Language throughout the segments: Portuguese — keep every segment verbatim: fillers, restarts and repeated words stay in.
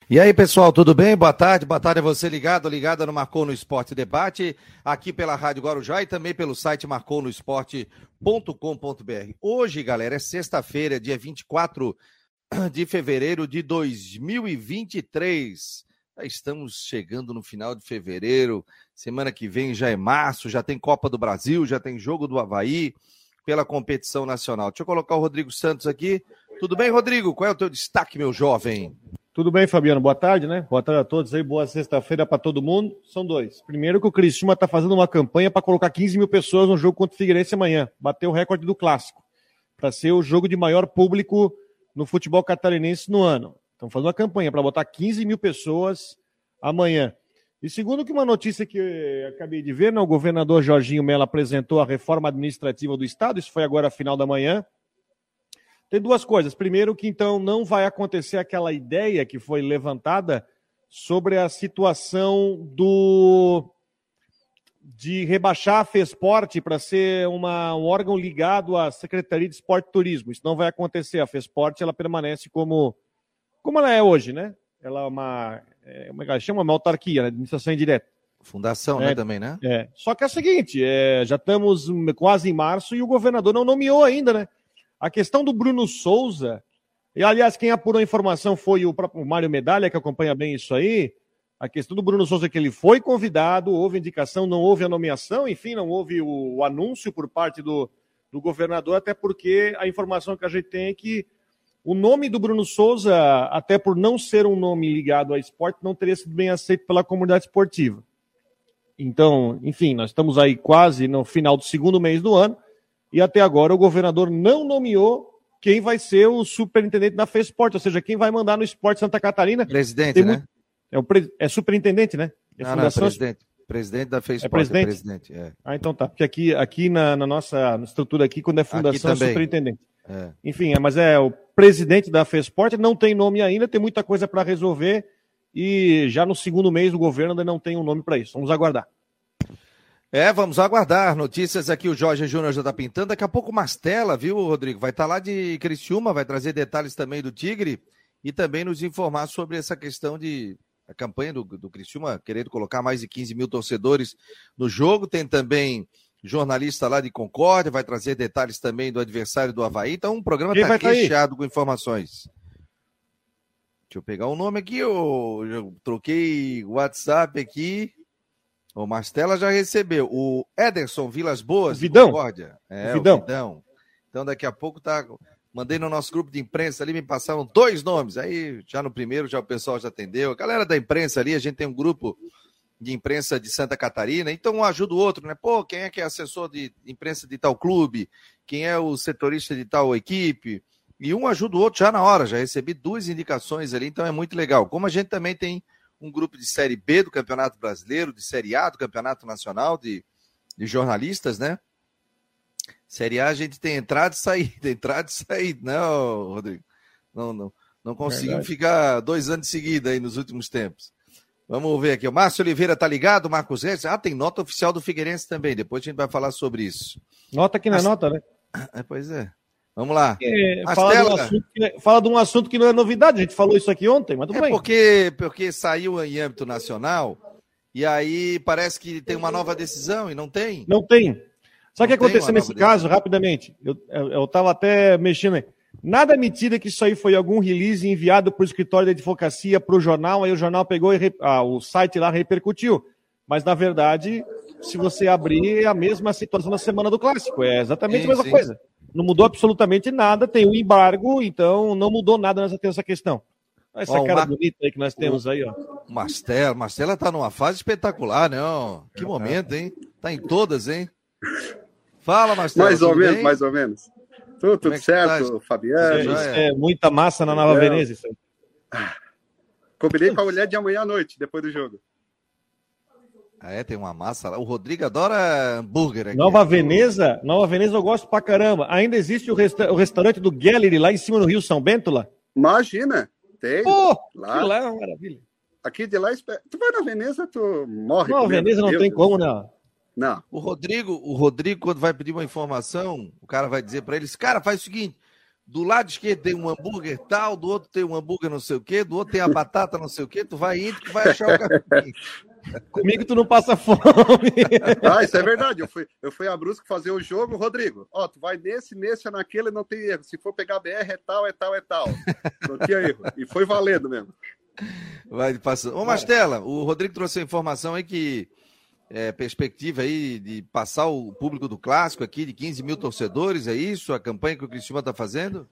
E aí, pessoal, tudo bem? Boa tarde, boa tarde a você ligado, ligada no Marcou no Esporte Debate, aqui pela Rádio Guarujá e também pelo site marcou no esporte ponto com ponto br. Hoje, galera, é sexta-feira, dia vinte e quatro de fevereiro de dois mil e vinte e três. Já estamos chegando no final de fevereiro, semana que vem já é março, já tem Copa do Brasil, já tem jogo do Avaí pela competição nacional. Deixa eu colocar o Rodrigo Santos aqui. Tudo bem, Rodrigo? Qual é o teu destaque, meu jovem? Tudo bem, Fabiano? Boa tarde, né? Boa tarde a todos aí, boa sexta-feira para todo mundo. São dois. Primeiro que o Criciúma está fazendo uma campanha para colocar quinze mil pessoas no jogo contra o Figueirense amanhã. Bateu o recorde do Clássico, para ser o jogo de maior público no futebol catarinense no ano. Estão fazendo uma campanha para botar quinze mil pessoas amanhã. E segundo que uma notícia que eu acabei de ver, né, o governador Jorginho Mello apresentou a reforma administrativa do Estado, isso foi agora final da manhã. Tem duas coisas. Primeiro, que então não vai acontecer aquela ideia que foi levantada sobre a situação do de rebaixar a FESPORT para ser uma, um órgão ligado à Secretaria de Esporte e Turismo. Isso não vai acontecer. A FESPORT ela permanece como, como ela é hoje, né? Ela é uma, é, como é que ela chama? Uma autarquia, né? Administração indireta. Fundação, é, né, também, né? É. Só que é o seguinte, é, já estamos quase em março e o governador não nomeou ainda, né? A questão do Bruno Souza, e aliás, quem apurou a informação foi o próprio Mário Medalha, que acompanha bem isso aí. A questão do Bruno Souza é que ele foi convidado, houve indicação, não houve a nomeação, enfim, não houve o, o anúncio por parte do, do governador, até porque a informação que a gente tem é que o nome do Bruno Souza, até por não ser um nome ligado ao esporte, não teria sido bem aceito pela comunidade esportiva. Então, enfim, nós estamos aí quase no final do segundo mês do ano, e até agora o governador não nomeou quem vai ser o superintendente da FESPORT, ou seja, quem vai mandar no Esporte Santa Catarina. Presidente, Tem né? Muito... É, o pre... é superintendente, né? É não, fundação... não, presidente. Presidente da FESPORT. É presidente? É presidente, é. Ah, então tá. Porque aqui, aqui na, na nossa estrutura, aqui, quando é fundação, é superintendente. É. Enfim, é, mas é o presidente da FESPORT, não tem nome ainda, tem muita coisa para resolver e já no segundo mês do governo ainda não tem um nome para isso. Vamos aguardar. É, vamos aguardar. Notícias aqui, o Jorge Júnior já está pintando. Daqui a pouco o Mastella, viu, Rodrigo? Vai estar tá lá de Criciúma, vai trazer detalhes também do Tigre e também nos informar sobre essa questão de a campanha do, do Criciúma, querendo colocar mais de quinze mil torcedores no jogo. Tem também jornalista lá de Concórdia, vai trazer detalhes também do adversário do Avaí. Então o programa está recheado com informações. Deixa eu pegar o um nome aqui, eu, eu troquei o WhatsApp aqui. O Mastella já recebeu. O Ederson Vilas Boas, o Vidão. Concórdia. É, o Vidão. o Vidão. Então, daqui a pouco tá. Mandei no nosso grupo de imprensa ali, me passaram dois nomes. Aí, já no primeiro, já o pessoal já atendeu. A galera da imprensa ali, a gente tem um grupo de imprensa de Santa Catarina, então um ajuda o outro, né? Pô, quem é que é assessor de imprensa de tal clube? Quem é o setorista de tal equipe? E um ajuda o outro já na hora. Já recebi duas indicações ali, então é muito legal. Como a gente também tem um grupo de Série B do Campeonato Brasileiro, de Série A do Campeonato Nacional, de, de jornalistas, né? Série A a gente tem entrada e saída, entrada e saída, não, Rodrigo? Não, não, não conseguimos ficar dois anos de seguida aí nos últimos tempos. Vamos ver aqui, o Márcio Oliveira tá ligado, o Marcos Reis, ah, tem nota oficial do Figueirense também, depois a gente vai falar sobre isso. Nota aqui na Mas... nota, né? É, pois é. Vamos lá. É, fala, de um assunto que, fala de um assunto que não é novidade, a gente falou isso aqui ontem, mas tudo é bem. Porque, porque saiu em âmbito nacional e aí parece que tem uma nova decisão e não tem. Não tem. Sabe o que aconteceu nesse caso, decisão. rapidamente? Eu estava até mexendo aí. Nada me tira que isso aí foi algum release enviado para o escritório de advocacia para o jornal, aí o jornal pegou e re... ah, o site lá repercutiu. Mas, na verdade, se você abrir, é a mesma situação na semana do Clássico. É exatamente sim, a mesma sim. coisa. Não mudou absolutamente nada, tem o um embargo, então não mudou nada nessa, nessa questão. Essa ó, cara Mar... bonita aí que nós temos o... aí, ó. Marcela, Marcela tá numa fase espetacular, né? Ó, que momento, hein? Tá em todas, hein? Fala, Marcela. Mais ou menos, bem? mais ou menos. Tudo, tudo é certo, tá? Fabiano. É, é muita massa na Nova é. Veneza, isso aí. Combinei com a mulher de amanhã à noite, depois do jogo. Ah, é, tem uma massa lá. O Rodrigo adora hambúrguer aqui. Nova Veneza, Nova Veneza eu gosto pra caramba. Ainda existe o, resta- o restaurante do Gallery lá em cima no Rio São Bento lá? Imagina, tem. Pô, lá. lá é uma maravilha. Aqui de lá, tu vai na Veneza, tu morre. Nova Veneza não tem como, não. Não. O Rodrigo, o Rodrigo, quando vai pedir uma informação, o cara vai dizer pra eles, cara, faz o seguinte, do lado esquerdo tem um hambúrguer tal, do outro tem um hambúrguer não sei o quê, do outro tem a batata não sei o quê, tu vai indo que vai achar o caminho. Comigo tu não passa fome. Ah, isso é verdade. Eu fui, eu fui a Brusque fazer o jogo, Rodrigo. Ó, tu vai nesse, nesse, é naquele, não tem erro. Se for pegar B R, é tal, é tal, é tal. Não tinha erro. E foi valendo mesmo. Vai passando. Ô, Mastella, o Rodrigo trouxe a informação aí que é, perspectiva aí de passar o público do Clássico aqui de quinze mil torcedores, é isso? A campanha que o Criciúma está fazendo?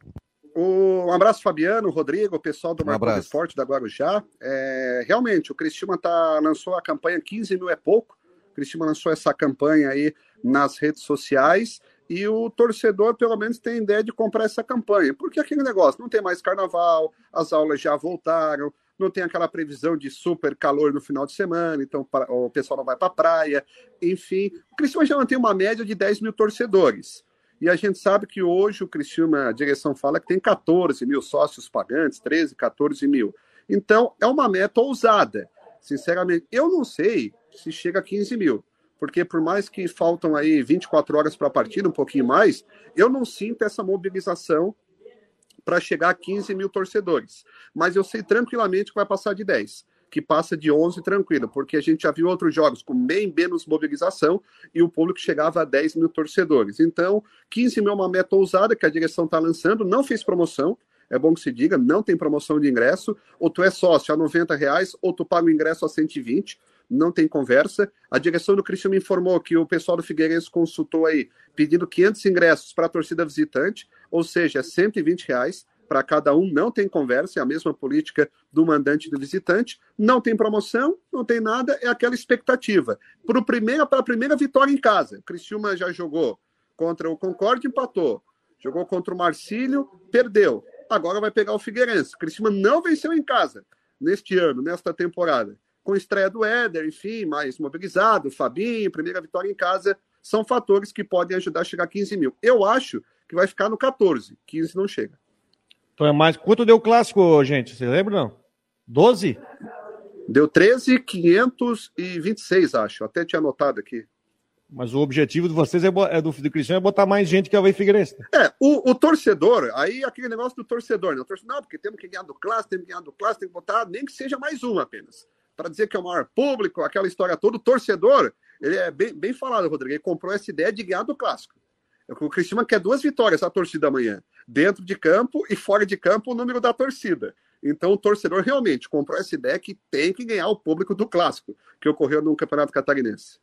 Um abraço, Fabiano, Rodrigo, o pessoal do Um Marcos abraço. Esporte da Guarujá. É, realmente, o Criciúma tá, lançou a campanha quinze mil é pouco. O Criciúma lançou essa campanha aí nas redes sociais e o torcedor, pelo menos, tem ideia de comprar essa campanha. Porque aquele negócio, não tem mais carnaval, as aulas já voltaram, não tem aquela previsão de super calor no final de semana, então o pessoal não vai para a praia. Enfim, o Criciúma já mantém uma média de dez mil torcedores. E a gente sabe que hoje o Criciúma, a direção fala que tem catorze mil sócios pagantes, treze, catorze mil. Então, é uma meta ousada. Sinceramente, eu não sei se chega a quinze mil. Porque por mais que faltam aí vinte e quatro horas para a partida, um pouquinho mais, eu não sinto essa mobilização para chegar a quinze mil torcedores. Mas eu sei tranquilamente que vai passar de dez. Que passa de onze tranquilo, porque a gente já viu outros jogos com bem menos mobilização e o público chegava a dez mil torcedores. Então, quinze mil é uma meta ousada que a direção está lançando, não fez promoção, é bom que se diga, não tem promoção de ingresso, ou tu é sócio a noventa reais, ou tu paga o ingresso a cento e vinte, não tem conversa. A direção do Criciúma informou que o pessoal do Figueirense consultou aí, pedindo quinhentos ingressos para a torcida visitante, ou seja, cento e vinte reais, para cada um, não tem conversa, é a mesma política do mandante e do visitante, não tem promoção, não tem nada, é aquela expectativa. Para a primeira vitória em casa, o Criciúma já jogou contra o Concórdia, empatou, jogou contra o Marcílio, perdeu, agora vai pegar o Figueirense. O Criciúma não venceu em casa neste ano, nesta temporada, com a estreia do Éder, enfim, mais mobilizado, Fabinho, primeira vitória em casa, são fatores que podem ajudar a chegar a quinze mil. Eu acho que vai ficar no catorze, quinze não chega. Então é mais. Quanto deu o Clássico, gente? Você lembra, não? doze? Deu treze mil quinhentos e vinte e seis, acho. Até tinha anotado aqui. Mas o objetivo de vocês, é, é do, do Cristiano, é botar mais gente que é o Figueirense. É, o, o torcedor, aí aquele negócio do torcedor, né? O torcedor, não, porque temos que ganhar do Clássico, temos que ganhar do Clássico, tem que botar, nem que seja mais um apenas. Para dizer que é o maior público, aquela história toda. O torcedor, ele é bem, bem falado, Rodrigo, ele comprou essa ideia de ganhar do Clássico. O Criciúma quer duas vitórias a torcida amanhã. Dentro de campo e fora de campo o número da torcida. Então o torcedor realmente comprou essa ideia que tem que ganhar o público do Clássico, que ocorreu no Campeonato Catarinense.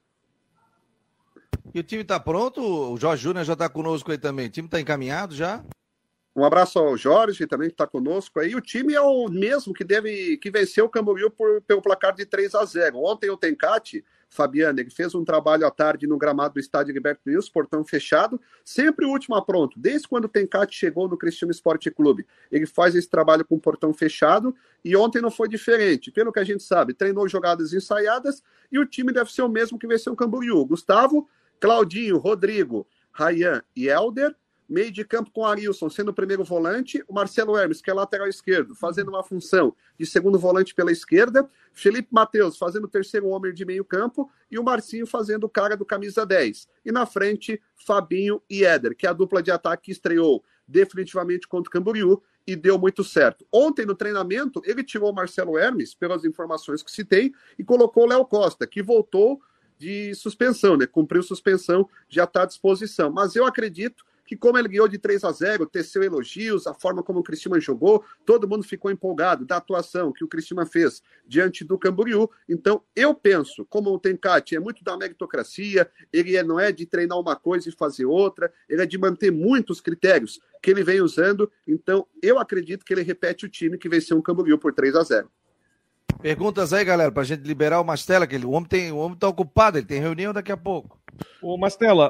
E o time está pronto? O Jorge Júnior já está conosco aí também. O time está encaminhado já? Um abraço ao Jorge também, que está conosco aí. O time é o mesmo que deve que venceu o Camboriú por, pelo placar de três a zero. Ontem o Tencati, Fabiano, ele fez um trabalho à tarde no gramado do estádio Gilberto Wilson, portão fechado, sempre o último a pronto. Desde quando o Tencati chegou no Criciúma Esporte Clube, ele faz esse trabalho com o portão fechado e ontem não foi diferente. Pelo que a gente sabe, treinou jogadas ensaiadas e o time deve ser o mesmo que venceu o Camboriú. Gustavo, Claudinho, Rodrigo, Rayan e Helder. Meio de campo com o Arilson sendo o primeiro volante, o Marcelo Hermes, que é lateral esquerdo, fazendo uma função de segundo volante pela esquerda, Felipe Matheus fazendo o terceiro homem de meio campo e o Marcinho fazendo o cara do camisa dez. E na frente, Fabinho e Éder, que é a dupla de ataque que estreou definitivamente contra o Camboriú e deu muito certo. Ontem no treinamento, ele tirou o Marcelo Hermes, pelas informações que se tem, e colocou o Léo Costa, que voltou de suspensão, né? Cumpriu suspensão, já está à disposição. Mas eu acredito que como ele ganhou de três a zero, teceu elogios, a forma como o Criciúma jogou, todo mundo ficou empolgado da atuação que o Criciúma fez diante do Camboriú. Então, eu penso, como o Tencati é muito da meritocracia, ele é, não é de treinar uma coisa e fazer outra, ele é de manter muitos critérios que ele vem usando. Então, eu acredito que ele repete o time que venceu o Camboriú por três a zero. Perguntas aí, galera, pra gente liberar o Mastella, que ele, o homem tem, o homem tá ocupado, ele tem reunião daqui a pouco. Ô, Mastella,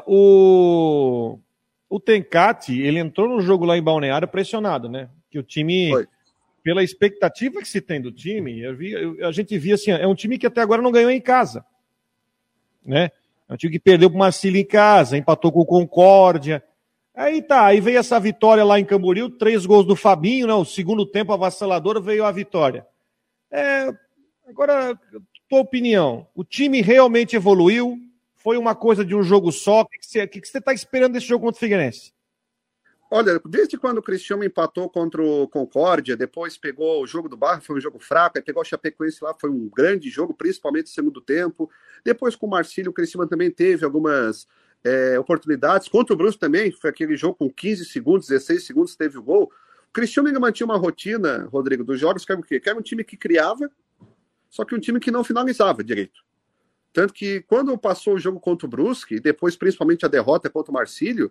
o... O Tencati, ele entrou no jogo lá em Balneário pressionado, né? Que o time, Foi. pela expectativa que se tem do time, eu vi, eu, a gente via assim, é um time que até agora não ganhou em casa, né? É um time que perdeu pro Marcílio em casa, empatou com o Concórdia. Aí tá, aí veio essa vitória lá em Camboriú, três gols do Fabinho, né? O segundo tempo avassalador veio a vitória. É, agora, tua opinião, o time realmente evoluiu? Foi uma coisa de um jogo só? O que você está esperando desse jogo contra o Figueirense? Olha, desde quando o Criciúma empatou contra o Concórdia, depois pegou o jogo do Barra, foi um jogo fraco, aí pegou o Chapecoense lá, foi um grande jogo, principalmente no segundo tempo. Depois com o Marcílio, o Criciúma também teve algumas é, oportunidades. Contra o Brusque também, foi aquele jogo com quinze segundos, dezesseis segundos, teve o gol. O Criciúma ainda mantinha uma rotina, Rodrigo, dos jogos, que era o quê? Que era um time que criava, só que um time que não finalizava direito. Tanto que quando passou o jogo contra o Brusque, e depois principalmente a derrota contra o Marcílio,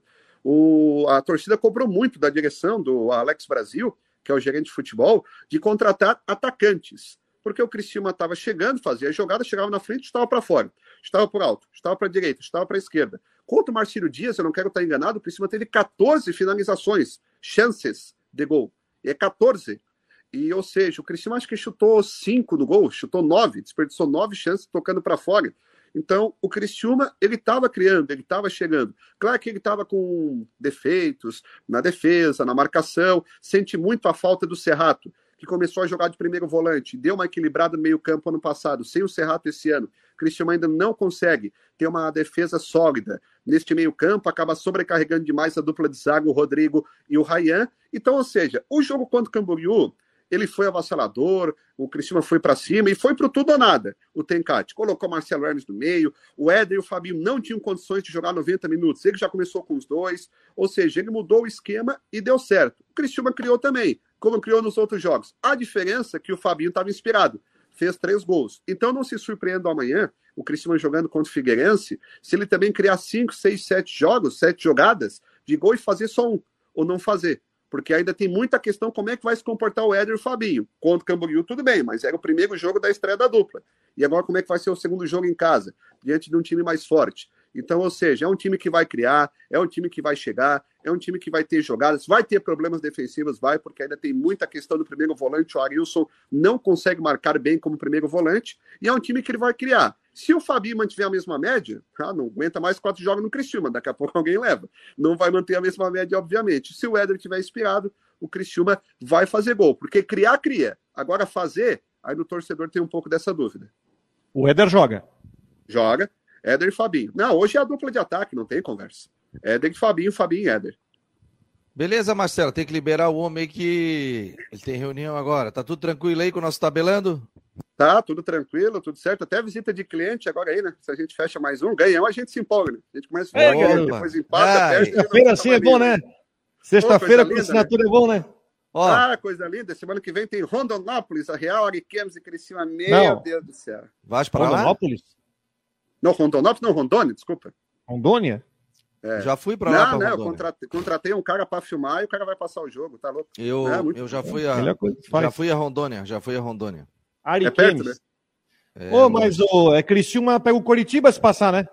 O, a torcida cobrou muito da direção do Alex Brasil, que é o gerente de futebol, de contratar atacantes. Porque o Criciúma estava chegando, fazia a jogada, chegava na frente, estava para fora, estava por alto, estava para a direita, estava para a esquerda. Contra o Marcílio Dias, eu não quero estar enganado, o Criciúma teve catorze finalizações, chances de gol. E é catorze. E, ou seja, o Criciúma acho que chutou cinco no gol, chutou nove, desperdiçou nove chances tocando para fora. Então, o Criciúma, ele estava criando, ele estava chegando. Claro que ele estava com defeitos na defesa, na marcação. Sente muito a falta do Serrato, que começou a jogar de primeiro volante, deu uma equilibrada no meio campo ano passado, sem o Serrato esse ano. O Criciúma ainda não consegue ter uma defesa sólida neste meio campo, acaba sobrecarregando demais a dupla de zaga, o Rodrigo e o Ryan. Então, ou seja, o jogo contra o Camboriú, ele foi avassalador, o Criciúma foi para cima e foi para o tudo ou nada, o Tencate. Colocou Marcelo Hermes no meio, o Éder e o Fabinho não tinham condições de jogar noventa minutos, ele já começou com os dois, ou seja, ele mudou o esquema e deu certo. O Criciúma criou também, como criou nos outros jogos. A diferença é que o Fabinho estava inspirado, fez três gols. Então não se surpreenda amanhã, o Criciúma jogando contra o Figueirense, se ele também criar cinco, seis, sete jogos, sete jogadas de gol e fazer só um, ou não fazer. Porque ainda tem muita questão como é que vai se comportar o Éder e o Fabinho. Contra o Camboriú, tudo bem, mas era o primeiro jogo da estreia da dupla. E agora como é que vai ser o segundo jogo em casa, diante de um time mais forte. Então, ou seja, é um time que vai criar, é um time que vai chegar, é um time que vai ter jogadas, vai ter problemas defensivos, vai, porque ainda tem muita questão do primeiro volante. O Arilson não consegue marcar bem como primeiro volante, e é um time que ele vai criar. Se o Fabinho mantiver a mesma média, ah, não aguenta mais quatro jogos no Criciúma, daqui a pouco alguém leva. Não vai manter a mesma média, obviamente. Se o Éder estiver inspirado, o Criciúma vai fazer gol, porque criar, cria. Agora fazer, aí no torcedor tem um pouco dessa dúvida. O Éder joga. Joga. Éder e Fabinho. Não, hoje é a dupla de ataque, não tem conversa. Éder e Fabinho, Fabinho e Éder. Beleza, Marcelo, tem que liberar o homem aí que ele tem reunião agora. Tá tudo tranquilo aí com o nosso tabelando? Tá, tudo tranquilo, tudo certo. Até visita de cliente agora aí, né? Se a gente fecha mais um, ganhamos, a gente se empolga, né? A gente começa a é, falar, é, depois empata, ah, perde. Sexta-feira assim é bom, né? Sexta-feira com assinatura né? é bom, né? Ó, ah, coisa linda. Semana que vem tem Rondonópolis, a Real, Ariquemes e Criciúma. Meu não. Deus do céu. Vais pra Rondonópolis? lá? Não, Rondonópolis, não, Rondônia, desculpa. Rondônia? É. Já fui pra não, lá, pra Não, Rondônia. eu contratei, contratei um cara pra filmar e o cara vai passar o jogo, tá louco? Eu, é, muito eu já, bom. fui a, já fui a Rondônia, já fui a Rondônia. Ariquemes. É perto, né? É, Ô, mas o é Criciúma pega o Coritiba se passar, né?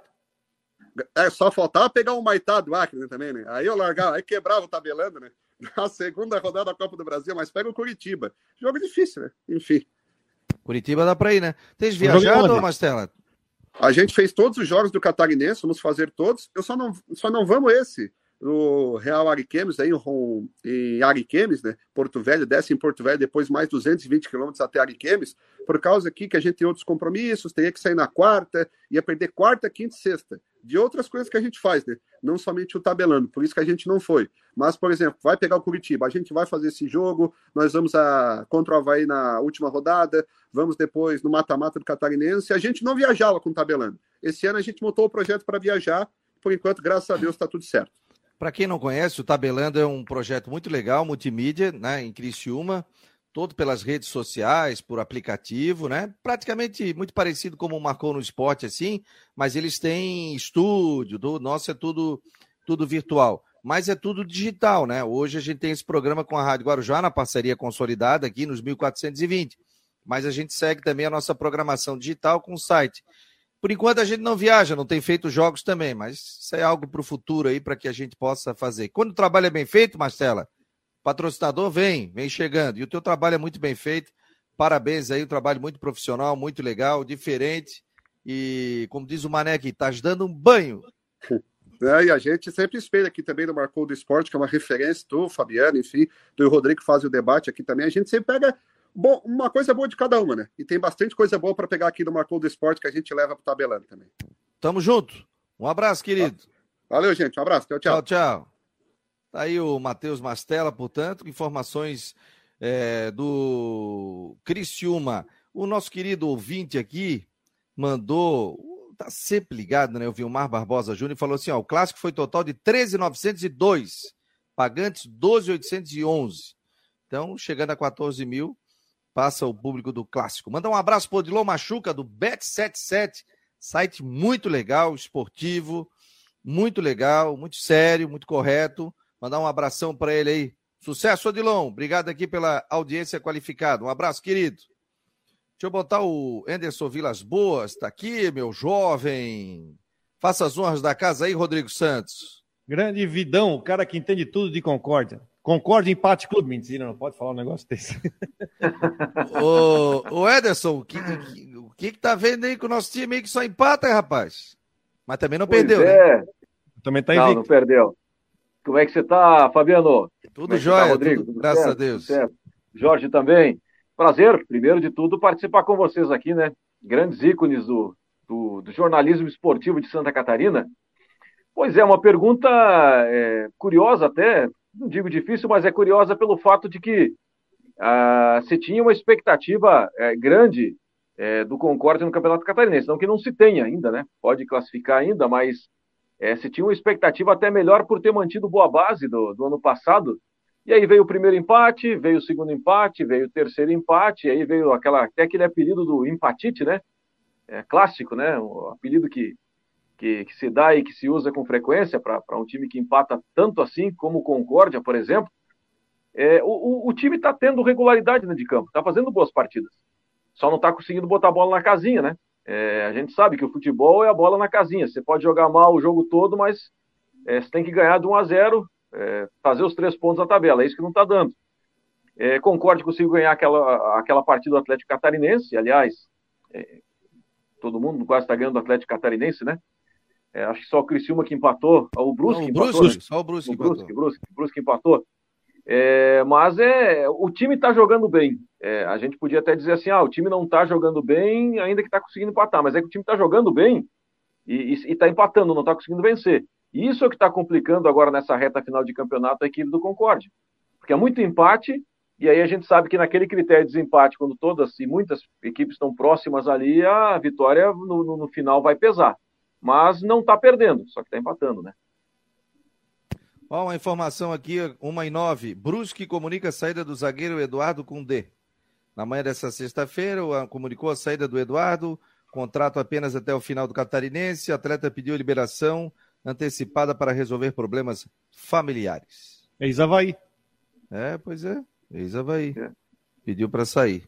É, só faltava pegar um Maitá do Acre, né, também, né? Aí eu largava, aí quebrava o tabelando, né? Na segunda rodada da Copa do Brasil, mas pega o Curitiba. Jogo difícil, né? Enfim. Curitiba dá pra ir, né? Tens viajado, Mastela? A gente fez todos os jogos do Catarinense, vamos fazer todos. Eu só não, só não vamos esse, no Real Ariquemes, aí em, em Ariquemes, né? Porto Velho, desce em Porto Velho, depois mais duzentos e vinte quilômetros até Ariquemes, por causa aqui que a gente tem outros compromissos, teria que sair na quarta, ia perder quarta, quinta e sexta. De outras coisas que a gente faz, né? Não somente o tabelando, por isso que a gente não foi. Mas, por exemplo, vai pegar o Curitiba, a gente vai fazer esse jogo, nós vamos a, contra o Avaí na última rodada, vamos depois no mata-mata do Catarinense, a gente não viajava com o tabelando. Esse ano a gente montou o projeto para viajar, por enquanto, graças a Deus, está tudo certo. Para quem não conhece, o Tabelando é um projeto muito legal, multimídia, né, em Criciúma, todo pelas redes sociais, por aplicativo, né? Praticamente muito parecido como o Marcou no Esporte, assim, mas eles têm estúdio, do nosso é tudo, tudo virtual, mas é tudo digital, né? Hoje a gente tem esse programa com a Rádio Guarujá, na parceria consolidada aqui nos mil quatrocentos e vinte, mas a gente segue também a nossa programação digital com o site. Por enquanto a gente não viaja, não tem feito jogos também, mas isso é algo para o futuro aí, para que a gente possa fazer. Quando o trabalho é bem feito, Marcela, patrocinador vem, vem chegando. E o teu trabalho é muito bem feito. Parabéns aí, um trabalho muito profissional, muito legal, diferente. E, como diz o Mané aqui, estás dando um banho. É, e a gente sempre espelha aqui também no Marcou do Esporte, que é uma referência, tu, Fabiano, enfim, tu e o Rodrigo que fazem o debate aqui também. A gente sempre pega bom, uma coisa boa de cada uma, né? E tem bastante coisa boa para pegar aqui no Marcou do Esporte que a gente leva pro tabelando também. Tamo junto. Um abraço, querido. Valeu, gente. Um abraço. Tchau, tchau. Tchau, tchau. Tá aí o Matheus Mastella, portanto, informações é, do Criciúma. O nosso querido ouvinte aqui mandou, tá sempre ligado, né? O Vilmar Barbosa Júnior falou assim, ó, o clássico foi total de treze mil novecentos e dois, pagantes doze mil oitocentos e onze. Então, chegando a quatorze mil, passa o público do clássico. Manda um abraço pro Odilon Machuca, do Bet setenta e sete, site muito legal, esportivo, muito legal, muito sério, muito correto. Mandar um abração para ele aí. Sucesso, Odilon. Obrigado aqui pela audiência qualificada. Um abraço, querido. Deixa eu botar o Anderson Vilas Boas. Tá aqui, meu jovem. Faça as honras da casa aí, Rodrigo Santos. Grande Vidão, o cara que entende tudo de Concórdia. Concórdia Empate Clube. Mentira, não pode falar um negócio desse. Ô, ô Ederson, o que, que, o que que tá vendo aí com o nosso time aí que só empata, rapaz? Mas também não Pois perdeu, é. né? Também tá Não, invicto. não perdeu. Como é que você tá, Fabiano? Tudo Como é que jóia, tá, Rodrigo? tudo, Tudo graças certo? a Deus. Tudo certo. Jorge também. Prazer, primeiro de tudo, participar com vocês aqui, né? Grandes ícones do, do, do jornalismo esportivo de Santa Catarina. Pois é, uma pergunta é, curiosa até, não digo difícil, mas é curiosa pelo fato de que ah, se tinha uma expectativa é, grande é, do Concórdia no Campeonato Catarinense. Não que não se tenha ainda, né? Pode classificar ainda, mas é, se tinha uma expectativa até melhor por ter mantido boa base do, do ano passado. E aí veio o primeiro empate, veio o segundo empate, veio o terceiro empate, e aí veio aquela, até aquele apelido do empatite, né? É clássico, né? O apelido que, que, que se dá e que se usa com frequência para um time que empata tanto assim como o Concórdia, por exemplo. É, o, o, o time está tendo regularidade dentro de campo, está fazendo boas partidas. Só não está conseguindo botar a bola na casinha, né? É, a gente sabe que o futebol é a bola na casinha. Você pode jogar mal o jogo todo, mas é, você tem que ganhar de um a zero, é, fazer os três pontos na tabela. É isso que não está dando. É, Concórdia conseguiu ganhar aquela, aquela partida do Atlético Catarinense. Aliás, é, todo mundo quase está ganhando do Atlético Catarinense, né? É, acho que só o Criciúma que empatou. O Brusque Não, o empatou. Brusque, Né? só o Brusque o empatou. Brusque, Brusque, Brusque empatou. É, mas é, o time está jogando bem. É, a gente podia até dizer assim, ah, o time não está jogando bem, ainda que está conseguindo empatar, mas é que o time está jogando bem e está empatando, não está conseguindo vencer. E isso é o que está complicando agora nessa reta final de campeonato a equipe do Concórdia. Porque é muito empate, e aí a gente sabe que naquele critério de desempate, quando todas e muitas equipes estão próximas ali, a vitória no, no, no final vai pesar. Mas não está perdendo, só que está empatando, né? Ó, uma informação aqui, uma e nove. Brusque comunica a saída do zagueiro Eduardo Cundê. Na manhã dessa sexta-feira, comunicou a saída do Eduardo, contrato apenas até o final do Catarinense. O atleta pediu liberação antecipada para resolver problemas familiares. Ex-Avaí. É, pois é, ex-Avaí. É. Pediu para sair.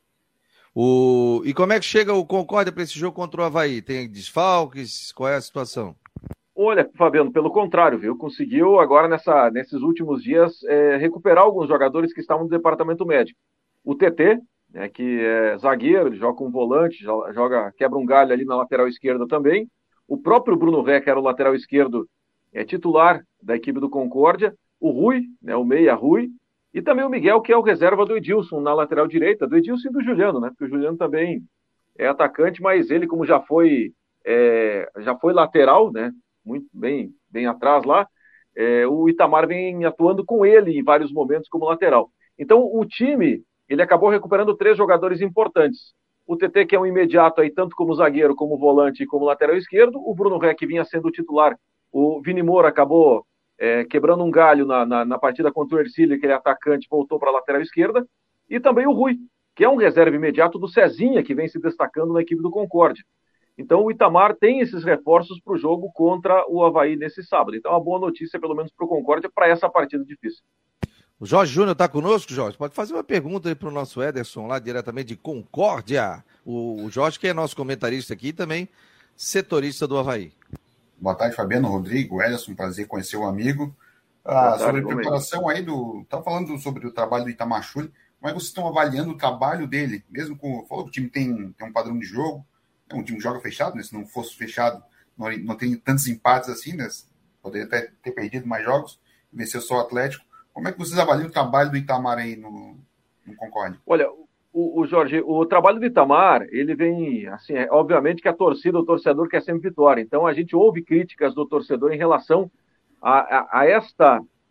O... E como é que chega o Concórdia para esse jogo contra o Avaí? Tem desfalques? Qual é a situação? Olha, Fabiano, pelo contrário, viu? Conseguiu agora nessa, nesses últimos dias é, recuperar alguns jogadores que estavam no departamento médico. O T T, né, que é zagueiro, ele joga com um volante, joga, quebra um galho ali na lateral esquerda também. O próprio Bruno Ré, que era o lateral esquerdo, é titular da equipe do Concórdia. O Rui, né, o meia Rui. E também o Miguel, que é o reserva do Edilson na lateral direita, do Edilson e do Juliano, né? Porque o Juliano também é atacante, mas ele, como já foi, é, já foi lateral, né? Muito bem, bem atrás lá, é, o Itamar vem atuando com ele em vários momentos como lateral. Então o time, ele acabou recuperando três jogadores importantes. O T T, que é um imediato aí, tanto como zagueiro, como volante e como lateral esquerdo. O Bruno Ré, que vinha sendo titular. O Vini Moura acabou é, quebrando um galho na, na, na partida contra o Ercílio, que ele é atacante, voltou para a lateral esquerda. E também o Rui, que é um reserva imediato do Cezinha, que vem se destacando na equipe do Concórdia. Então o Itamar tem esses reforços para o jogo contra o Avaí nesse sábado. Então é uma boa notícia, pelo menos para o Concórdia, para essa partida difícil. O Jorge Júnior está conosco, Jorge? Pode fazer uma pergunta aí para o nosso Ederson, lá diretamente de Concórdia. O, o Jorge, que é nosso comentarista aqui, também setorista do Avaí. Boa tarde, Fabiano, Rodrigo, Ederson, prazer conhecer o amigo. Ah, sobre a preparação aí do... Estava falando sobre o trabalho do Itamar Schulli. Como é que vocês estão avaliando o trabalho dele? Mesmo com... Falou que o time tem, tem um padrão de jogo. É um time que joga fechado, né? Se não fosse fechado, não, não tem tantos empates assim, né? Poderia até ter perdido mais jogos, venceu só o Atlético. Como é que vocês avaliam o trabalho do Itamar aí no, no Concórdia? Olha, o, o Jorge, o trabalho do Itamar, ele vem, assim, é, obviamente que a torcida, o torcedor quer sempre vitória. Então a gente ouve críticas do torcedor em relação a, a, a esta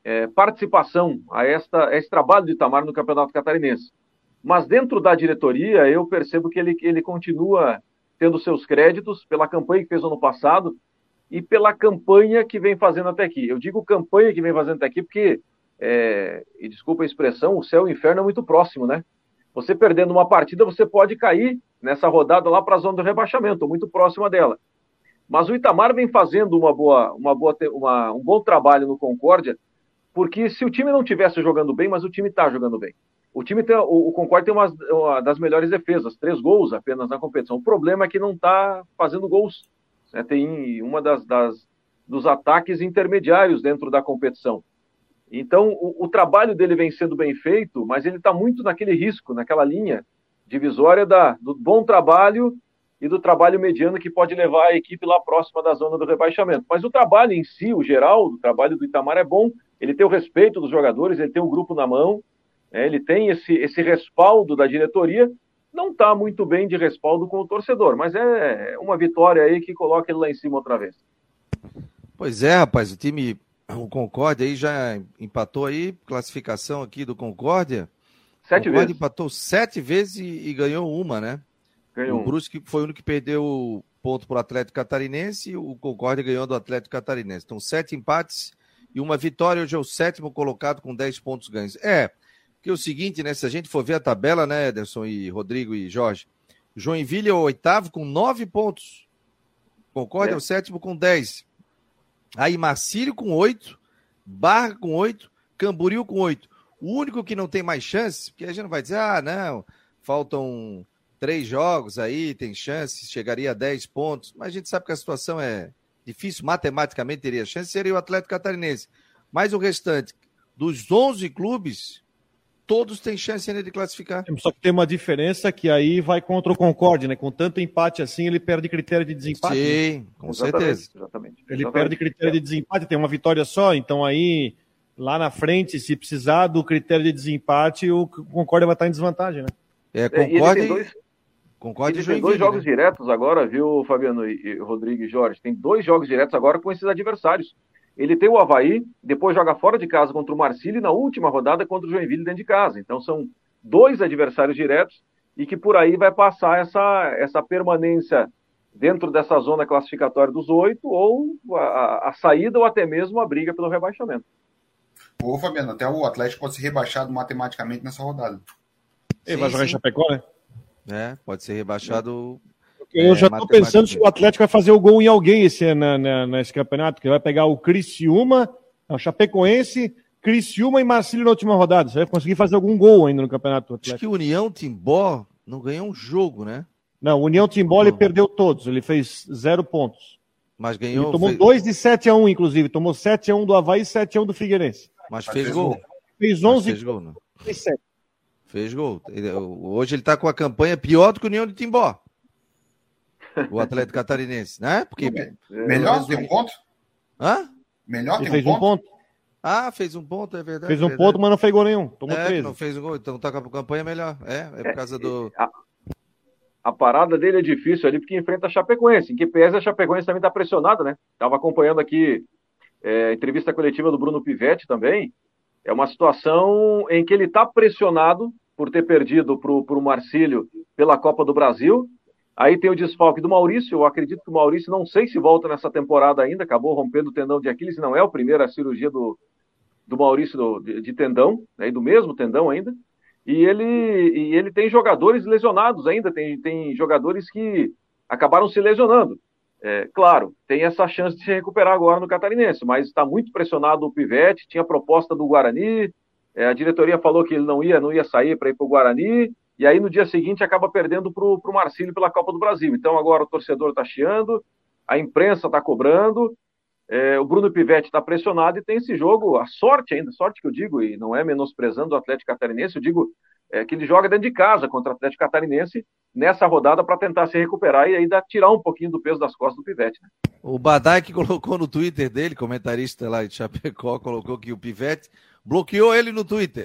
é, participação a, esta, a esse trabalho do Itamar no Campeonato Catarinense. Mas dentro da diretoria, eu percebo que ele, ele continua tendo seus créditos pela campanha que fez ano passado e pela campanha que vem fazendo até aqui. Eu digo campanha que vem fazendo até aqui porque, é, e desculpa a expressão, o céu e o inferno é muito próximo, né? Você perdendo uma partida, você pode cair nessa rodada lá para a zona do rebaixamento, muito próxima dela. Mas o Itamar vem fazendo uma boa, uma boa, uma, um bom trabalho no Concórdia, porque se o time não estivesse jogando bem, mas o time está jogando bem. O time tem, o, o Concórdia tem uma, uma das melhores defesas, três gols apenas na competição. O problema é que não está fazendo gols. Né? Tem uma das, das dos ataques intermediários dentro da competição. Então, o, o trabalho dele vem sendo bem feito, mas ele está muito naquele risco, naquela linha divisória da, do bom trabalho e do trabalho mediano que pode levar a equipe lá próxima da zona do rebaixamento. Mas o trabalho em si, o geral, o trabalho do Itamar é bom, ele tem o respeito dos jogadores, ele tem o grupo na mão, é, ele tem esse, esse respaldo da diretoria, não está muito bem de respaldo com o torcedor, mas é uma vitória aí que coloca ele lá em cima outra vez. Pois é, rapaz, o time, o Concórdia aí já empatou aí, classificação aqui do Concórdia. Sete Concórdia vezes. empatou sete vezes e, e ganhou uma, né? Ganhou o Brusque foi o único que perdeu ponto para o Atlético Catarinense e o Concórdia ganhou do Atlético Catarinense. Então, sete empates e uma vitória. Hoje é o sétimo colocado com dez pontos ganhos. É, porque é o seguinte, né? Se a gente for ver a tabela, né, Ederson e Rodrigo e Jorge, Joinville é o oitavo com nove pontos. Concórdia é, é o sétimo com dez. Aí Marcílio com oito, Barra com oito, Camboriú com oito. O único que não tem mais chance, porque a gente não vai dizer, ah, não, faltam três jogos aí, tem chance, chegaria a dez pontos, mas a gente sabe que a situação é difícil, matematicamente teria chance, seria o Atlético Catarinense. Mas o restante, dos onze clubes, todos têm chance ainda de classificar. Só que tem uma diferença que aí vai contra o Concórdia, né? Com tanto empate assim, ele perde critério de desempate. Sim, né? com exatamente, certeza. Exatamente. Ele exatamente. perde critério de desempate, tem uma vitória só, então aí, lá na frente, se precisar do critério de desempate, o Concórdia vai estar em desvantagem, né? É, Concórdia e... Dois... Concórdia ele tem dois jogos né? diretos agora, viu, Fabiano e, e Rodrigo e Jorge? Tem dois jogos diretos agora com esses adversários. Ele tem o Avaí, depois joga fora de casa contra o Marcílio e na última rodada contra o Joinville dentro de casa. Então são dois adversários diretos e que por aí vai passar essa, essa permanência dentro dessa zona classificatória dos oito ou a, a saída ou até mesmo a briga pelo rebaixamento. Ô, Fabiano, até o Atlético pode ser rebaixado matematicamente nessa rodada. Ele vai jogar em Chapecó, né? É, pode ser rebaixado. Eu é, já estou pensando se o Atlético vai fazer o gol em alguém esse, na, na, nesse campeonato, que vai pegar o Criciúma, o Chapecoense, Criciúma e Marcílio na última rodada. Você vai conseguir fazer algum gol ainda no campeonato Atlético. Acho que o União Timbó não ganhou um jogo, né? Não, o União Timbó ele perdeu todos, ele fez zero pontos. Mas ganhou. Ele tomou fez... dois de sete a um, inclusive. Tomou sete a um do Avaí e sete a um do Figueirense. Mas fez gol. Fez onze. Mas fez gol, não. Fez sete. Fez gol. Hoje ele está com a campanha pior do que o União de Timbó. O Atlético Catarinense, né? Porque... Melhor tem um ponto? Hã? Melhor ele tem fez um um ponto? ponto? Ah, fez um ponto, é verdade. Fez um verdade. ponto, mas não fez gol nenhum. Tomou é, treze. Não fez um gol, então tá com a campanha melhor. É, é por causa do... A, a parada dele é difícil ali porque enfrenta a Chapecoense. Em que pese a Chapecoense também está pressionada, né? Estava acompanhando aqui é, a entrevista coletiva do Bruno Pivetti também. É uma situação em que ele está pressionado por ter perdido para o Marcílio pela Copa do Brasil. Aí tem o desfalque do Maurício. Eu acredito que o Maurício, não sei se volta nessa temporada ainda, acabou rompendo o tendão de Aquiles, não é a primeira cirurgia do, do Maurício do, de, de tendão, né, do mesmo tendão ainda. E ele, e ele tem jogadores lesionados ainda, tem, tem jogadores que acabaram se lesionando. É, claro, tem essa chance de se recuperar agora no Catarinense, mas está muito pressionado o Pivete, tinha proposta do Guarani, é, a diretoria falou que ele não ia, não ia sair para ir para o Guarani, e aí no dia seguinte acaba perdendo para o Marcílio pela Copa do Brasil. Então agora o torcedor está chiando, a imprensa está cobrando, é, o Bruno Pivetti está pressionado e tem esse jogo, a sorte ainda, sorte que eu digo, e não é menosprezando o Atlético Catarinense, eu digo é, que ele joga dentro de casa contra o Atlético Catarinense nessa rodada para tentar se recuperar e aí dá, tirar um pouquinho do peso das costas do Pivete. Né? O Badai que colocou no Twitter dele, comentarista lá de Chapecó, colocou que o Pivete bloqueou ele no Twitter.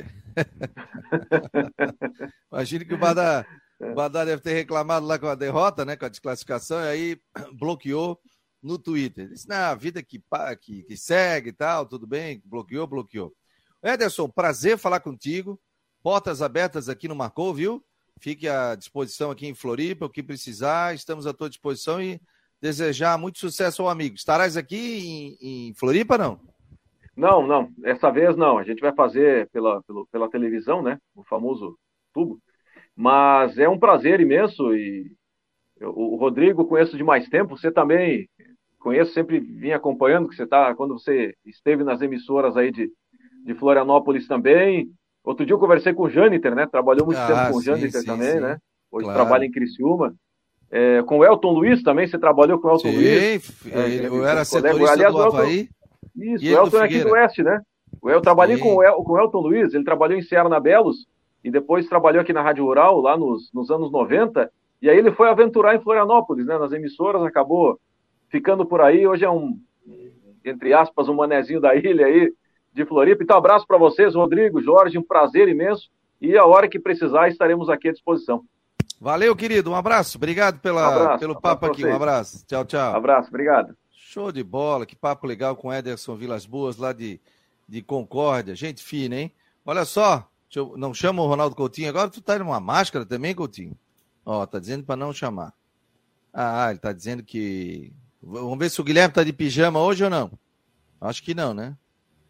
Imagina que o Badai, o Badai deve ter reclamado lá com a derrota, né, com a desclassificação, e aí bloqueou no Twitter. Ele disse, na vida que, que, que segue e tal, tudo bem, bloqueou, bloqueou. Ederson, prazer falar contigo. Portas abertas aqui no Marcou, viu? Fique à disposição aqui em Floripa, o que precisar, estamos à tua disposição e desejar muito sucesso ao amigo. Estarás aqui em, em Floripa, não? Não, não. Essa vez não. A gente vai fazer pela, pela, pela televisão, né? O famoso tubo. Mas é um prazer imenso e eu, o Rodrigo conheço de mais tempo. Você também conheço, sempre vim acompanhando, que você tá, quando você esteve nas emissoras aí de, de Florianópolis também. Outro dia eu conversei com o Jâniter, né? Trabalhou muito ah, tempo com o Jâniter também, sim. né? Hoje claro. trabalha em Criciúma. É, com o Elton Luiz também, você trabalhou com o Elton sim, Luiz. É, eu era setorista aliás, do Avaí. Isso, o Elton é aqui do Oeste, né? Eu trabalhei com o, El, com o Elton Luiz, ele trabalhou em Serra Belos e depois trabalhou aqui na Rádio Rural, lá nos, nos anos noventa, e aí ele foi aventurar em Florianópolis, né? Nas emissoras, acabou ficando por aí. Hoje é um, entre aspas, um manezinho da ilha aí, de Floripa. Então, abraço para vocês, Rodrigo, Jorge, um prazer imenso. E a hora que precisar, estaremos aqui à disposição. Valeu, querido. Um abraço. Obrigado pela, um abraço, pelo papo aqui. Um abraço. Tchau, tchau. Abraço, obrigado. Show de bola. Que papo legal com Ederson Vilas Boas, lá de, de Concórdia. Gente fina, hein? Olha só. Eu, não chama o Ronaldo Coutinho. Agora tu tá numa máscara também, Coutinho? Ó, tá dizendo para não chamar. Ah, ele tá dizendo que... Vamos ver se o Guilherme tá de pijama hoje ou não. Acho que não, né?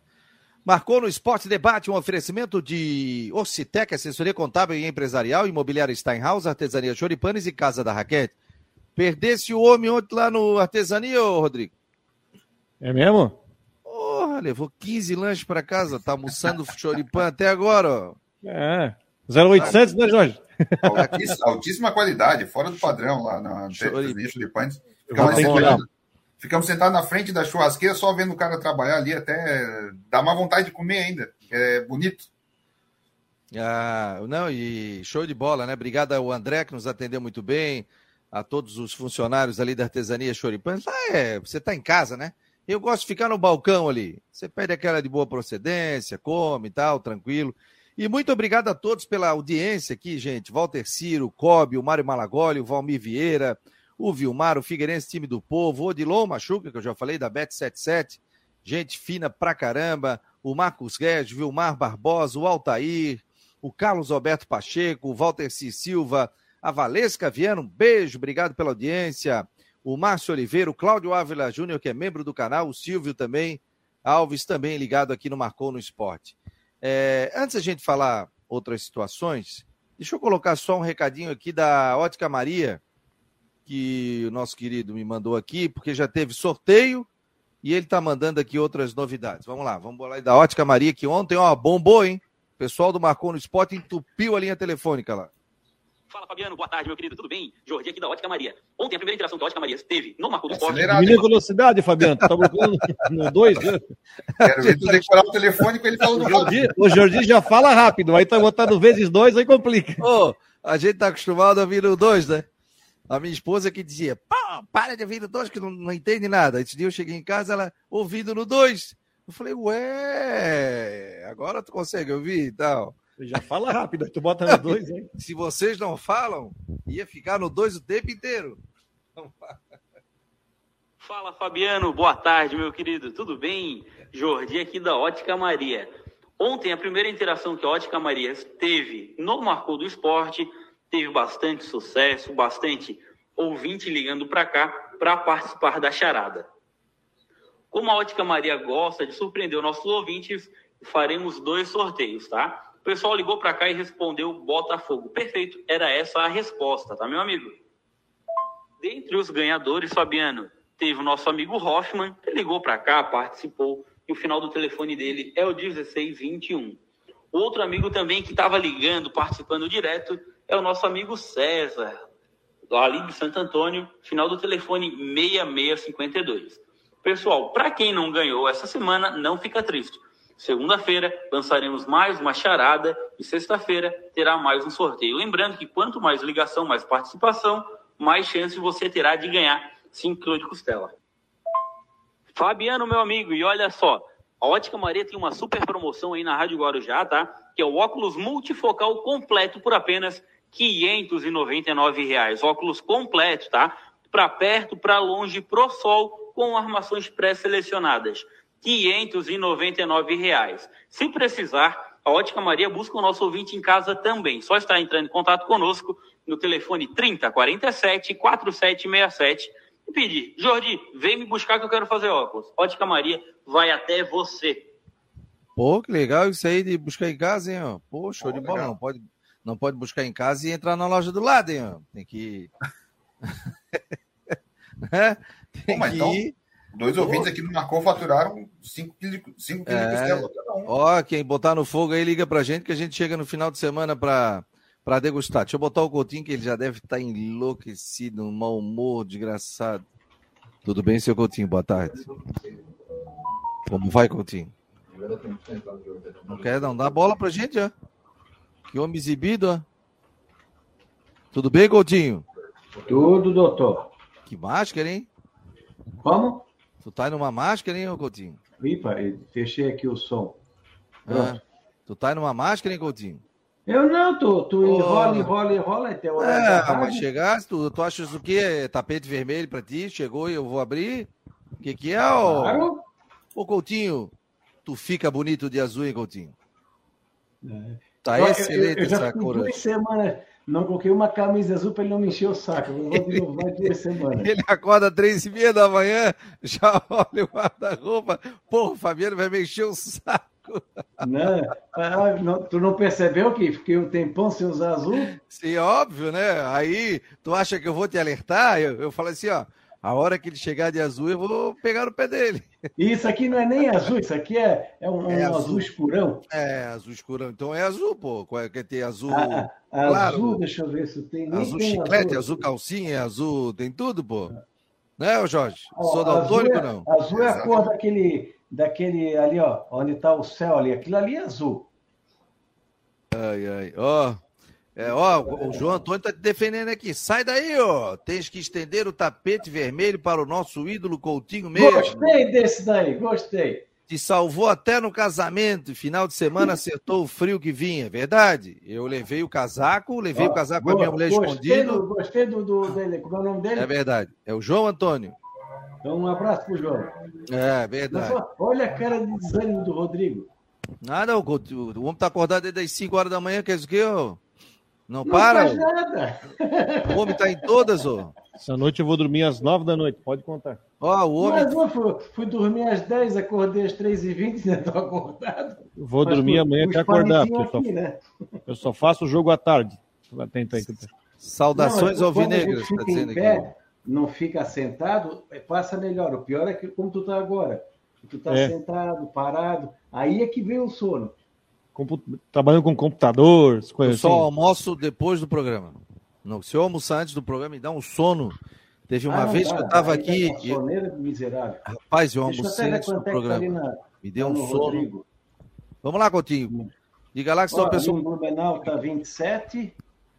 Marcou no Esporte Debate um oferecimento de Ocitec, assessoria contábil e empresarial, imobiliária Steinhaus, artesania Choripanes e Casa da Raquete. Perdesse o homem ontem lá no artesania, ô Rodrigo? É mesmo? Porra, levou quinze lanches para casa, tá almoçando choripan até agora, ó. É, zero oitocentos, né, Jorge? Altíssima, altíssima qualidade, fora do padrão lá na artesania Choripanes. Ficamos, ficamos sentados na frente da churrasqueira só vendo o cara trabalhar ali, até dá uma vontade de comer ainda. É bonito. Ah, não, e show de bola, né? Obrigado ao André, que nos atendeu muito bem, a todos os funcionários ali da artesania Choripan. Ah, é, você tá em casa, né? Eu gosto de ficar no balcão ali. Você pede aquela de boa procedência, come e tal, tranquilo. E muito obrigado a todos pela audiência aqui, gente. Walter Ciro, Cobb, o Mário Malagoli, o Valmir Vieira, o Vilmar, o Figueirense, time do povo, o Odilon Machuca, que eu já falei, da Bet setenta e sete, gente fina pra caramba, o Marcos Guedes, Vilmar Barbosa, o Altair, o Carlos Alberto Pacheco, o Walter C. Silva, a Valesca Viana, um beijo, obrigado pela audiência, o Márcio Oliveira, o Cláudio Ávila Júnior, que é membro do canal, o Silvio também, Alves também ligado aqui no Marcou no Esporte. É, antes da gente falar outras situações, deixa eu colocar só um recadinho aqui da Ótica Maria, que o nosso querido me mandou aqui, porque já teve sorteio e ele está mandando aqui outras novidades. Vamos lá, vamos bolar aí da Ótica Maria, que ontem, ó, bombou, hein? O pessoal do Marcou no Esporte entupiu a linha telefônica lá. Fala, Fabiano, boa tarde, meu querido, tudo bem? Jorge aqui da Ótica Maria. Ontem a primeira interação que a Ótica Maria teve no Marcou do Esporte... Diminui a velocidade, Fabiano, tu tá bloqueando no dois, né? Quero ver tu decorar o telefone com ele falando rápido. O Jordi já fala rápido, aí tá botando vezes dois, aí complica. Ô, a gente tá acostumado a vir no dois, né? A minha esposa que dizia, pá, para de ouvir no dois, que não, não entende nada. Esse dia eu cheguei em casa, ela ouvindo no dois. Eu falei, ué, agora tu consegue ouvir e tal. Você já fala rápido, aí tu bota no dois, hein? Se vocês não falam, ia ficar no dois o tempo inteiro. Fala, Fabiano, boa tarde, meu querido, tudo bem? Jordi aqui da Ótica Maria. Ontem, a primeira interação que a Ótica Maria teve no Marcou do Esporte, teve bastante sucesso, bastante ouvinte ligando para cá para participar da charada. Como a Ótica Maria gosta de surpreender os nossos ouvintes, faremos dois sorteios, tá? O pessoal ligou para cá e respondeu Botafogo. Perfeito, era essa a resposta, tá, meu amigo? Dentre os ganhadores, Fabiano, teve o nosso amigo Hoffman, que ligou para cá, participou, e o final do telefone dele é o dezesseis vinte e um. O outro amigo também que estava ligando, participando direto, é o nosso amigo César, ali de Santo Antônio, final do telefone seis seis cinco dois. Pessoal, para quem não ganhou essa semana, não fica triste. Segunda-feira lançaremos mais uma charada e sexta-feira terá mais um sorteio. Lembrando que quanto mais ligação, mais participação, mais chance você terá de ganhar cinco quilos de costela. Fabiano, meu amigo, e olha só, a Ótica Maria tem uma super promoção aí na Rádio Guarujá, tá? Que é o óculos multifocal completo por apenas quinhentos e noventa e nove reais. Óculos completo, tá? para perto, para longe, pro sol, com armações pré-selecionadas. quinhentos e noventa e nove reais. Se precisar, a Ótica Maria busca o nosso ouvinte em casa também. Só está entrando em contato conosco no telefone trinta, quarenta e sete, quarenta e sete sessenta e sete e pedir: Jordi, vem me buscar que eu quero fazer óculos. Ótica Maria vai até você. Pô, que legal isso aí de buscar em casa, hein? Ó. Pô, show Pô, de bola. legal. Não pode, não pode buscar em casa e entrar na loja do lado, hein? Ó. Tem que... é? Tem Pô, mas que então, ir... dois Pô. ouvintes aqui no Marcou faturaram cinco quilos de É. costela cada um. Ó, quem botar no fogo aí, liga pra gente que a gente chega no final de semana pra, pra degustar. Deixa eu botar o Coutinho, que ele já deve estar enlouquecido, um mau humor, desgraçado. Tudo bem, seu Coutinho? Boa tarde. Como vai, Coutinho? Não quer não dar bola pra gente, ó. Que homem exibido, ó. Tudo bem, Coutinho? Tudo, doutor. Que máscara, hein? Como? Tu tá numa máscara, hein, ô Coutinho? Ipa, fechei aqui o som. Ah, tu tá numa máscara, hein, Coutinho? Eu não, tu, tu Oh. enrola, enrola, enrola até o horário da É, rádio. mas chegasse, tu, tu achas o quê? É tapete vermelho pra ti? Chegou e eu vou abrir? O que que é, ô? Claro. Ô, Coutinho, tu fica bonito de azul, hein, Coutinho? É. Tá Eu- eu- excelente eu já essa fui cor. duas semanas, não coloquei uma camisa azul para ele não me encher o saco. Eu vou de novo mais duas semanas. Ele acorda três e meia da manhã, já olha o guarda-roupa. Pô, o Fabiano vai me encher o saco. Não, ah, não, tu não percebeu que fiquei um tempão sem usar azul? Sim, óbvio, né? Aí, tu acha que eu vou te alertar? Eu, eu falo assim, ó, a hora que ele chegar de azul, eu vou pegar no pé dele. E isso aqui não é nem azul, isso aqui é, é um, É um azul. azul escurão. É, azul escurão. Então é azul, pô. Qual é- Quer ter azul Ah, ah, claro, azul, deixa eu ver se tem. Nem azul tem chiclete, azul calcinha, azul, tem tudo, pô. Né, ô Jorge? Ó, Sou azul daltônico, é- não? Azul é a Exato. cor daquele, daquele ali, ó, onde está o céu ali. Aquilo ali é azul. Ai, ai. Ó, é, ó, o João Antônio tá te defendendo aqui. Sai daí, ó. Tens que estender o tapete vermelho para o nosso ídolo Coutinho mesmo. Gostei desse daí, gostei. Te salvou até no casamento. Final de semana acertou o frio que vinha, verdade? Eu levei o casaco, levei Ó, o casaco com a minha mulher gostei escondido. do, gostei do, do dele. Como é o nome dele? É verdade. É o João Antônio. Então, um abraço pro João. É Mas, verdade. ó, olha a cara de desânimo do Rodrigo. Nada, o, o homem tá acordado desde as cinco horas da manhã, quer dizer o quê, ô? Não Não para? faz nada. O homem tá em todas, ô. Essa noite eu vou dormir às nove da noite, pode contar. Ó, o homem. Mas eu fui, fui dormir às dez, acordei às três e vinte, ainda estou acordado. Eu vou Mas dormir com- amanhã com até os acordar, panezinhos porque eu só, aqui, né? eu só faço o jogo à tarde. Atenta aí. Saudações Não, mas quando a alvinegras, gente tá fica dizendo em pé, aqui. não fica sentado, passa melhor. O pior é que como tu tá agora. Tu tá É. sentado, parado, aí é que vem o sono. Compu- Trabalhando com computador, as Eu coisas só assim. almoço depois do programa. Não, se eu almoçar antes do programa, me dá um sono. Teve uma Ah, não vez dá. que eu tava Aí aqui. tá com a e- soneira miserável. Rapaz, eu Deixa eu almocei até ver antes do quanto é que tá ali programa. na, Me deu lá um no sono. Rodrigo. Vamos lá, Coutinho. Diga lá que senão Ó, a pessoa. ali em Blumenau está vinte e sete,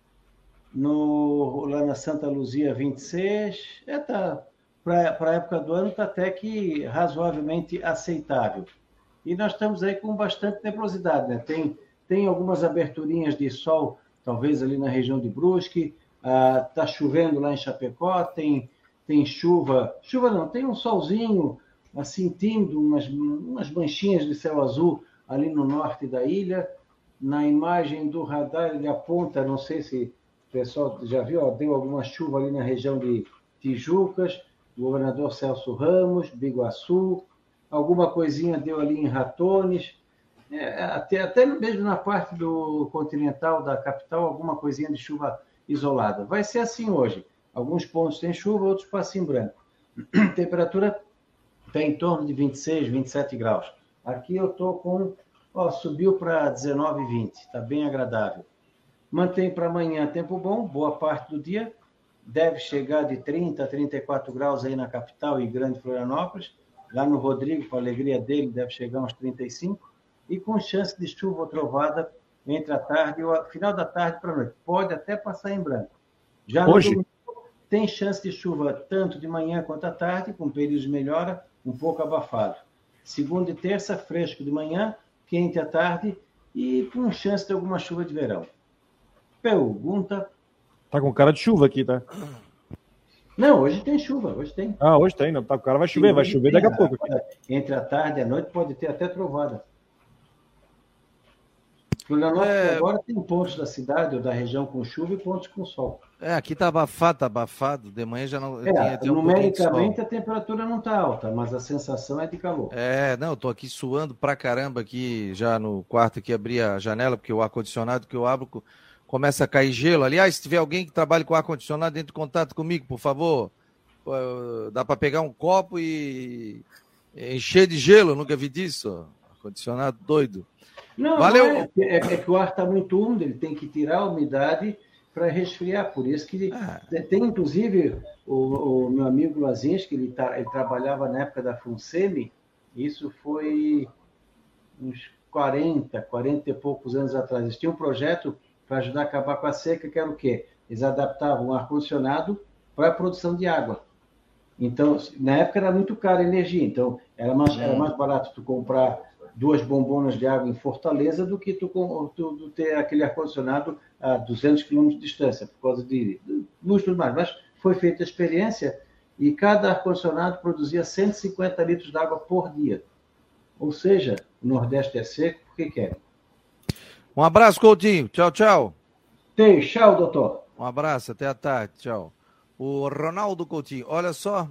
no, lá na Santa Luzia vinte e seis. É, tá, para a época do ano está até que razoavelmente aceitável. E nós estamos aí com bastante nebulosidade, né? Tem, tem algumas aberturinhas de sol, talvez ali na região de Brusque, está chovendo lá em Chapecó, tem, tem chuva, chuva não, tem um solzinho assim tímido, umas, umas manchinhas de céu azul ali no norte da ilha. Na imagem do radar ele aponta, não sei se o pessoal já viu, ó, deu alguma chuva ali na região de Tijucas, governador Celso Ramos, Biguaçu, alguma coisinha deu ali em Ratones, é, até, até mesmo na parte do continental da capital, alguma coisinha de chuva isolada. Vai ser assim hoje. Alguns pontos têm chuva, outros passam em branco. Temperatura está em torno de vinte e seis, vinte e sete graus. Aqui eu estou com... Ó, subiu para dezenove, vinte. Está bem agradável. Mantém para amanhã tempo bom, boa parte do dia. Deve chegar de trinta a trinta e quatro graus aí na capital e Grande Florianópolis. Lá no Rodrigo, com a alegria dele, deve chegar uns trinta e cinco. E com chance de chuva ou trovada entre a tarde e o final da tarde para a noite. Pode até passar em branco. Já no Hoje? domingo, tem chance de chuva tanto de manhã quanto à tarde, com períodos de melhora, um pouco abafado. Segunda e terça, fresco de manhã, quente à tarde e com chance de alguma chuva de verão. Pergunta. Tá com cara de chuva aqui, tá? Não, hoje tem chuva, hoje tem. Ah, hoje tem, não. Tá, o cara vai chover, Sim, vai chover tem, daqui a pouco. Entre a tarde e a noite pode ter até trovada. Florianópolis é... agora tem pontos da cidade ou da região com chuva e pontos com sol. É, aqui tá abafado, tá abafado. De manhã já não... É, tinha, tinha numericamente um a temperatura não tá alta, mas a sensação é de calor. É, não, eu tô aqui suando pra caramba aqui, já no quarto aqui, abri a janela, porque o ar-condicionado que eu abro começa a cair gelo. Aliás, se tiver alguém que trabalhe com ar-condicionado, entre em contato comigo, por favor. Dá para pegar um copo e encher de gelo, eu nunca vi disso. Ar-condicionado doido. Não, Valeu. Não é, é, é que o ar está muito úmido, ele tem que tirar a umidade para resfriar. Por isso que ah. tem, inclusive, o, o meu amigo Lazinski, ele, tá, ele trabalhava na época da FUNSEMI, isso foi uns quarenta, quarenta e poucos anos atrás. Eles tinham um projeto para ajudar a acabar com a seca, que era o quê? Eles adaptavam o ar-condicionado para a produção de água. Então, na época era muito cara a energia, então era mais, era mais barato tu comprar duas bombonas de água em Fortaleza do que tu, tu, tu ter aquele ar-condicionado a duzentos quilômetros de distância, por causa de luz e tudo mais. Mas foi feita a experiência e cada ar-condicionado produzia cento e cinquenta litros de água por dia. Ou seja, o Nordeste é seco, por que quer? Um abraço, Coutinho. Tchau, tchau. Tem, tchau, doutor. Um abraço, até a tarde. Tchau. O Ronaldo Coutinho, olha só,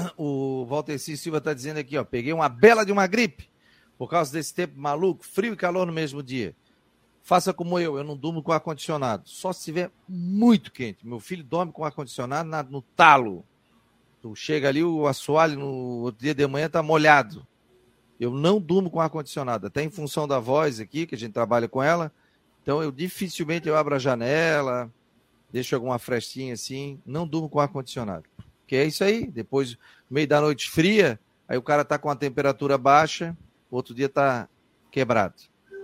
o Walter C. Silva está dizendo aqui, ó, peguei uma bela de uma gripe, por causa desse tempo maluco, frio e calor no mesmo dia. Faça como eu, eu não durmo com ar-condicionado, só se estiver muito quente. Meu filho dorme com ar-condicionado no talo. Tu chega ali, o assoalho no outro dia de manhã está molhado. Eu não durmo com ar-condicionado, até em função da voz aqui, que a gente trabalha com ela, então eu dificilmente eu abro a janela, deixo alguma frestinha assim, não durmo com ar-condicionado. Porque é isso aí, depois, no meio da noite fria, aí o cara tá com a temperatura baixa, outro dia tá quebrado.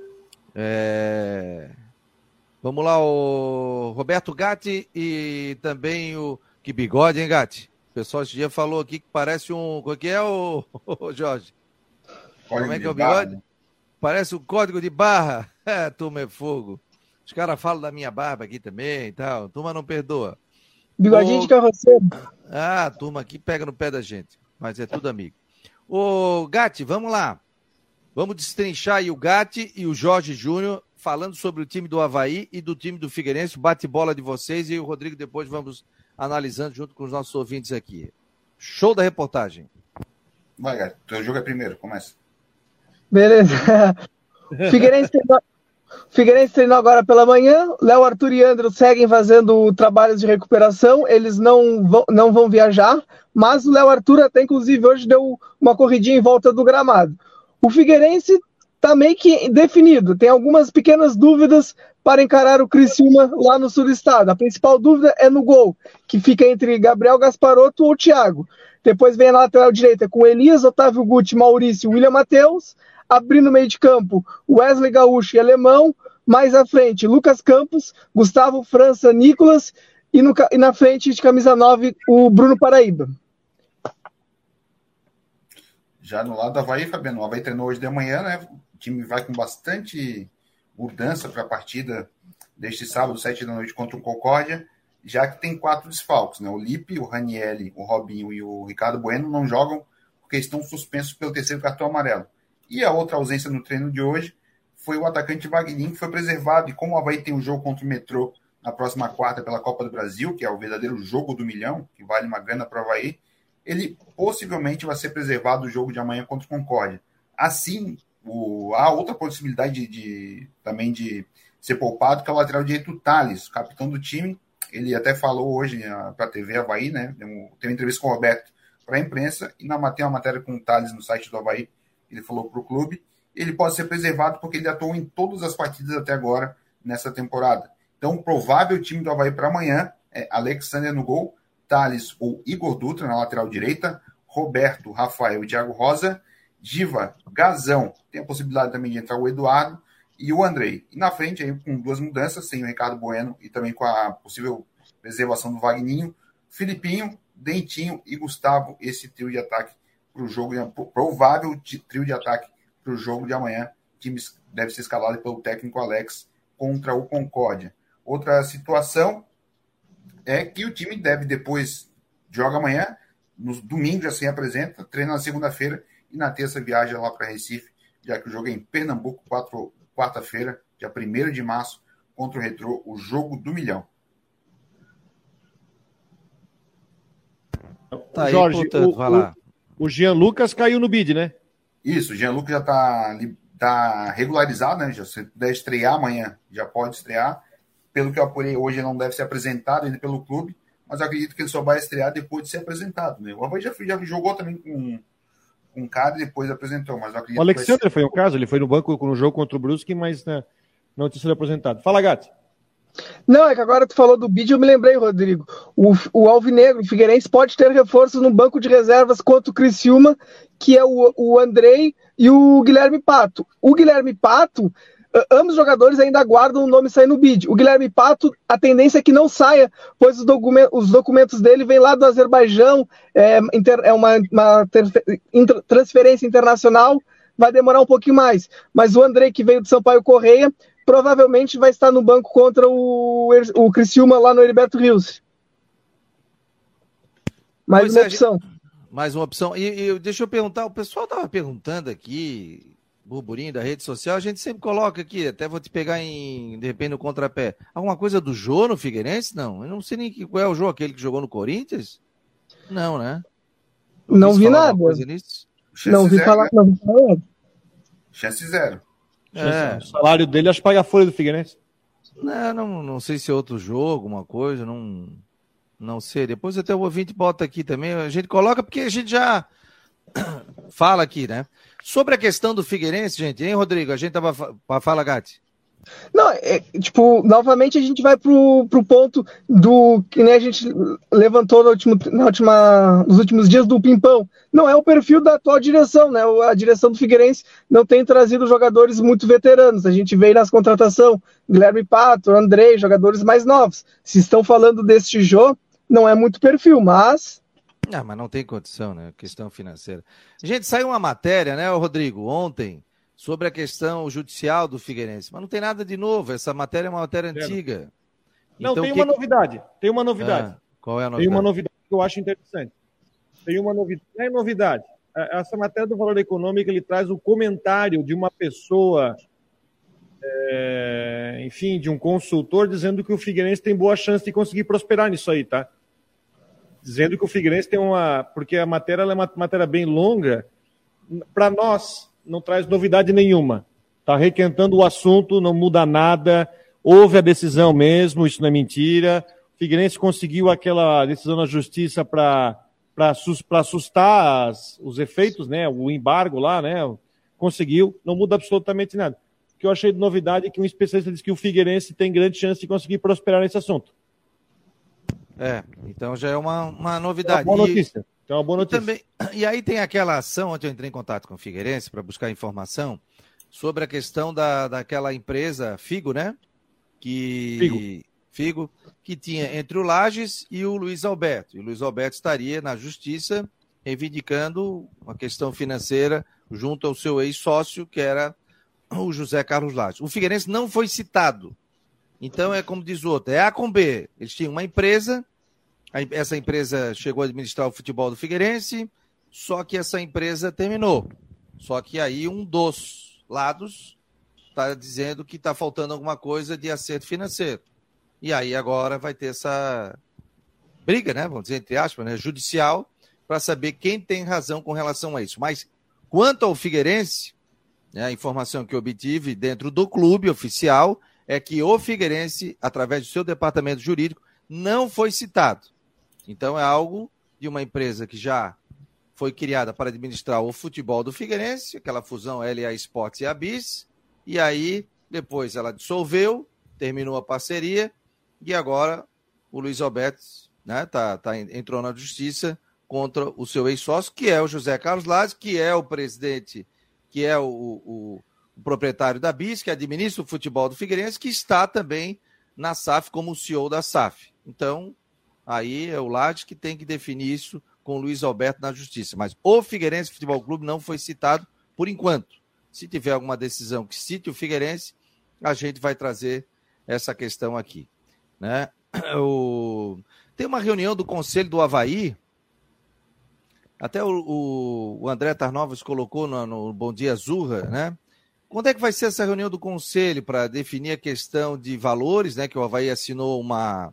É... Vamos lá, o Roberto Gatti e também o... Que bigode, hein, Gatti? O pessoal esse dia falou aqui que parece um... O que é, o, o Jorge? Código Como é que é o bigode? Barra. Parece um código de barra. É, turma, é fogo. Os caras falam da minha barba aqui também e tal. Turma não perdoa. Bigodinho o... de carroceiro. Ah, a turma aqui pega no pé da gente. Mas é tudo amigo. Ô, Gatti, vamos lá. Vamos destrinchar aí o Gatti e o Jorge Júnior falando sobre o time do Avaí e do time do Figueirense. Bate-bola de vocês e o Rodrigo depois vamos analisando junto com os nossos ouvintes aqui. Show da reportagem. Vai, Gatti. Teu jogo é primeiro. Começa. Beleza. Figueirense treinou, Figueirense treinou agora pela manhã. Léo, Arthur e Andro seguem fazendo trabalhos de recuperação. Eles não vão, não vão viajar, mas o Léo Arthur até inclusive hoje deu uma corridinha em volta do gramado. O Figueirense está meio que definido. Tem algumas pequenas dúvidas para encarar o Criciúma lá no sul do estado. A principal dúvida é no gol, que fica entre Gabriel Gasparotto ou Thiago. Depois vem na lateral direita com Elias, Otávio Guti, Maurício e William Matheus. Abrindo no meio de campo, Wesley Gaúcho e Alemão. Mais à frente, Lucas Campos, Gustavo França, Nicolas. E, no, e na frente, de camisa nove, o Bruno Paraíba. Já no lado do Avaí, Fabiano, o Avaí treinou hoje de manhã, né? O time vai com bastante mudança para a partida deste sábado, sete da noite, contra o Concórdia, já que tem quatro desfalques, né? O Lipe, o Ranielli, o Robinho e o Ricardo Bueno não jogam porque estão suspensos pelo terceiro cartão amarelo. E a outra ausência no treino de hoje foi o atacante Wagninho, que foi preservado. E como o Avaí tem um jogo contra o Metrô na próxima quarta pela Copa do Brasil, que é o verdadeiro jogo do milhão, que vale uma grana para o Avaí, ele possivelmente vai ser preservado do jogo de amanhã contra o Concórdia. Assim, o, há outra possibilidade de, de, também de ser poupado, que é o lateral direito Thales, capitão do time. Ele até falou hoje para a T V Avaí, né? Tem uma entrevista com o Roberto para a imprensa, e na, tem uma matéria com o Thales no site do Avaí. Ele falou para o clube, ele pode ser preservado porque ele atuou em todas as partidas até agora nessa temporada. Então, o provável time do Avaí para amanhã é Alexander no gol, Thales ou Igor Dutra na lateral direita, Roberto, Rafael e Thiago Rosa, Giva, Gazão, tem a possibilidade também de entrar o Eduardo e o Andrei. E na frente, aí, com duas mudanças, sem o Ricardo Bueno e também com a possível preservação do Wagninho, Filipinho, Dentinho e Gustavo, esse trio de ataque para o jogo, provável trio de ataque para o jogo de amanhã. O time deve ser escalado pelo técnico Alex contra o Concórdia. Outra situação é que o time deve depois joga amanhã, no domingo já se representa, treina na segunda-feira e na terça viaja lá para Recife, já que o jogo é em Pernambuco, quatro, quarta-feira, dia primeiro de março, contra o Retrô, o jogo do milhão. Tá aí, Jorge, portanto, o, vai lá. O, o Jean Lucas caiu no bid, né? Isso, o Jean Lucas já está tá regularizado, né? Já, se puder estrear amanhã, já pode estrear. Pelo que eu apurei, hoje ele não deve ser apresentado ainda pelo clube, mas eu acredito que ele só vai estrear depois de ser apresentado. Né? O Havaí já, já jogou também com, com um cara e depois apresentou, mas eu acredito o Alexandre que foi um caso, ele foi no banco no jogo contra o Brusque, mas né, não tinha sido apresentado. Fala, Gatti. Não, é que agora tu falou do bid, eu me lembrei, Rodrigo. O, o Alvinegro, o Figueirense, pode ter reforço no banco de reservas contra o Criciúma, que é o, o Andrei e o Guilherme Pato. O Guilherme Pato, ambos os jogadores ainda aguardam o nome sair no bid. O Guilherme Pato, a tendência é que não saia, pois os, documentos, os documentos dele vêm lá do Azerbaijão, é, inter, é uma, uma ter, inter, transferência internacional, vai demorar um pouquinho mais. Mas o Andrei, que veio do Sampaio Correia, provavelmente vai estar no banco contra o, o Criciúma lá no Heriberto Rios. Mais pois uma é, opção. Mais uma opção. E, e deixa eu perguntar, o pessoal estava perguntando aqui, burburinho da rede social, a gente sempre coloca aqui, até vou te pegar em, de repente, no contrapé. Alguma coisa do Jô no Figueirense? Não, eu não sei nem qual é o Jô, aquele que jogou no Corinthians? Não, né? Eu não vi nada. Não vi falar, não vi falar. Chance zero. É. O salário dele acho que paga a folha do Figueirense. Não, não, não sei se é outro jogo, alguma coisa, não, não sei. Depois até o ouvinte bota aqui também, a gente coloca porque a gente já fala aqui, né? Sobre a questão do Figueirense, gente, hein, Rodrigo? A gente tava... Fala, Gatti. Não, é, tipo, novamente a gente vai pro, pro ponto do que né, a gente levantou no último, na última, nos últimos dias do Pimpão. Não é o perfil da atual direção, né? A direção do Figueirense não tem trazido jogadores muito veteranos. A gente veio nas contratações, Guilherme Pato, Andrei, jogadores mais novos. Se estão falando deste jogo, não é muito perfil, mas... Ah, mas não tem condição, né? Questão financeira. Gente, saiu uma matéria, né, Rodrigo, ontem, sobre a questão judicial do Figueirense. Mas não tem nada de novo, essa matéria é uma matéria antiga. Não, então, tem que... uma novidade. Tem uma novidade. Ah, qual é a novidade? Tem uma novidade que eu acho interessante. Tem uma novidade. Não é novidade. Essa matéria do Valor Econômico, ele traz o comentário de uma pessoa, é... enfim, de um consultor, dizendo que o Figueirense tem boa chance de conseguir prosperar nisso aí, tá? Dizendo que o Figueirense tem uma... Porque a matéria ela é uma matéria bem longa. Para nós... não traz novidade nenhuma. Está requentando o assunto, não muda nada. Houve a decisão mesmo, isso não é mentira. O Figueirense conseguiu aquela decisão na justiça para assustar as, os efeitos, né? O embargo lá, né? Conseguiu, não muda absolutamente nada. O que eu achei de novidade é que um especialista disse que o Figueirense tem grande chance de conseguir prosperar nesse assunto. É, então já é uma, uma novidade. É uma boa notícia. E... Então, uma boa notícia. E, também, e aí tem aquela ação, ontem eu entrei em contato com o Figueirense para buscar informação sobre a questão da, daquela empresa Figo, né? Que, Figo. Figo, que tinha entre o Lages e o Luiz Alberto. E o Luiz Alberto estaria na justiça reivindicando uma questão financeira junto ao seu ex-sócio, que era o José Carlos Lages. O Figueirense não foi citado. Então é como diz o outro, é A com B. Eles tinham uma empresa... Essa empresa chegou a administrar o futebol do Figueirense, só que essa empresa terminou. Só que aí um dos lados está dizendo que está faltando alguma coisa de acerto financeiro. E aí agora vai ter essa briga, né? Vamos dizer, entre aspas, né? Judicial, para saber quem tem razão com relação a isso. Mas quanto ao Figueirense, né, a informação que eu obtive dentro do clube oficial é que o Figueirense, através do seu departamento jurídico, não foi citado. Então é algo de uma empresa que já foi criada para administrar o futebol do Figueirense, aquela fusão L A Sports e a Bis, e aí depois ela dissolveu, terminou a parceria, e agora o Luiz Alberto, né, tá, tá, entrou na justiça contra o seu ex-sócio, que é o José Carlos Lages, que é o presidente, que é o, o, o proprietário da Bis, que administra o futebol do Figueirense, que está também na S A F como o C E O da S A F. Então, aí é o Lages que tem que definir isso com o Luiz Alberto na justiça. Mas o Figueirense Futebol Clube não foi citado por enquanto. Se tiver alguma decisão que cite o Figueirense, a gente vai trazer essa questão aqui, né? O... tem uma reunião do Conselho do Avaí, até o, o, o André Tarnovas colocou no, no Bom Dia Zurra, né? Quando é que vai ser essa reunião do Conselho para definir a questão de valores, né? Que o Avaí assinou uma...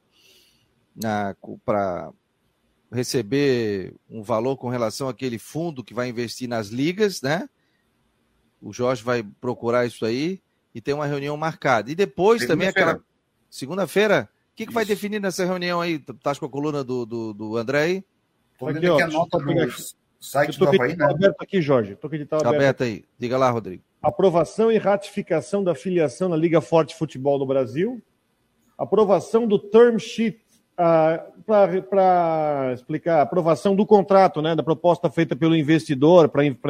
para receber um valor com relação àquele fundo que vai investir nas ligas, né? O Jorge vai procurar isso aí e tem uma reunião marcada. E depois também aquela... Segunda-feira? O que, que vai definir nessa reunião aí? Tá com a coluna do, do, do André aí? Aqui, ó, a nota do site do Avaí, né? Aberto aqui, Jorge. Estou com o edital aberto. Aberto aí. Diga lá, Rodrigo. Aprovação e ratificação da filiação na Liga Forte Futebol no Brasil. Aprovação do term sheet, ah, para explicar, aprovação do contrato, né, da proposta feita pelo investidor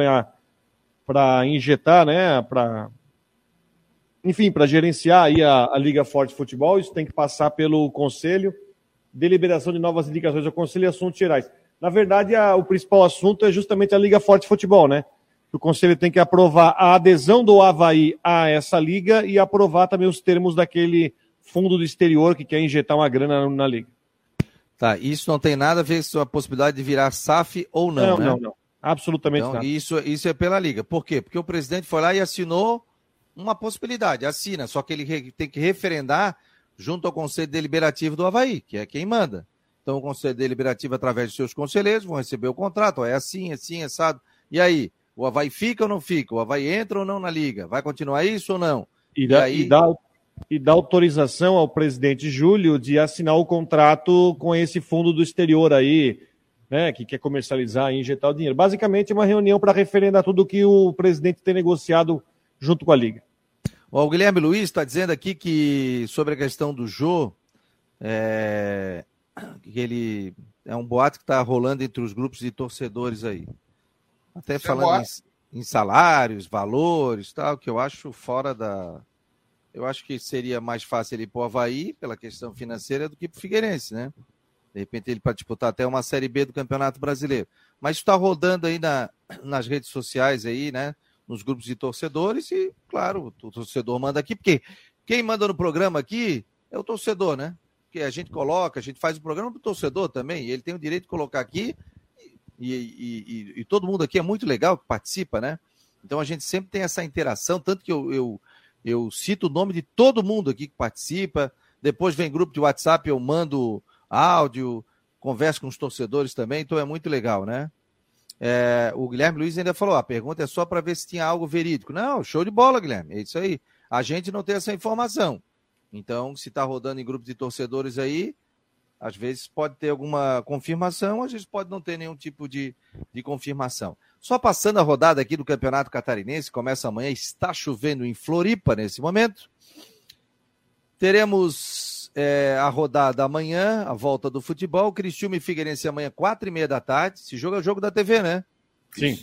para injetar, né, para... Enfim, para gerenciar aí a, a Liga Forte Futebol. Isso tem que passar pelo Conselho. Deliberação de novas indicações ao Conselho e assuntos gerais. Na verdade, a, o principal assunto é justamente a Liga Forte Futebol, né? O Conselho tem que aprovar a adesão do Avaí a essa liga e aprovar também os termos daquele fundo do exterior que quer injetar uma grana na, na liga. Tá, isso não tem nada a ver com a possibilidade de virar S A F ou não, não né? Não, não, absolutamente então, nada. Isso, isso é pela liga. Por quê? Porque o presidente foi lá e assinou uma possibilidade, assina, só que ele tem que referendar junto ao Conselho Deliberativo do Avaí, que é quem manda. Então o Conselho Deliberativo, através de seus conselheiros, vão receber o contrato, ó, é assim, assim, assado. E aí, o Avaí fica ou não fica? O Avaí entra ou não na liga? Vai continuar isso ou não? E dá, e aí... e dá, e dá autorização ao presidente Júlio de assinar o contrato com esse fundo do exterior aí, né, que quer comercializar e injetar o dinheiro. Basicamente, é uma reunião para referendar tudo o que o presidente tem negociado junto com a liga. O Guilherme Luiz está dizendo aqui que sobre a questão do Jô, é, que ele é um boato que está rolando entre os grupos de torcedores aí. Até Isso falando é em, em salários, valores, tal, que eu acho fora da... Eu acho que seria mais fácil ele ir para o Avaí, pela questão financeira, do que para o Figueirense, né? De repente ele para disputar até uma Série B do Campeonato Brasileiro. Mas está rodando aí na, nas redes sociais aí, né? Nos grupos de torcedores e, claro, o torcedor manda aqui, porque quem manda no programa aqui é o torcedor, né? Porque a gente coloca, a gente faz o programa para o torcedor também, e ele tem o direito de colocar aqui, e, e, e, e todo mundo aqui é muito legal que participa, né? Então a gente sempre tem essa interação, tanto que eu, eu, eu cito o nome de todo mundo aqui que participa, depois vem grupo de WhatsApp, eu mando áudio, converso com os torcedores também, então é muito legal, né? É, o Guilherme Luiz ainda falou, a pergunta é só para ver se tinha algo verídico. Não, show de bola, Guilherme, é isso aí. A gente não tem essa informação. Então, se está rodando em grupo de torcedores aí, às vezes pode ter alguma confirmação, às vezes pode não ter nenhum tipo de, de confirmação. Só passando a rodada aqui do Campeonato Catarinense, começa amanhã, está chovendo em Floripa nesse momento. Teremos... É, a rodada amanhã, a volta do futebol, Criciúma e Figueirense amanhã, quatro e meia da tarde. Esse jogo é o jogo da T V, né? Sim.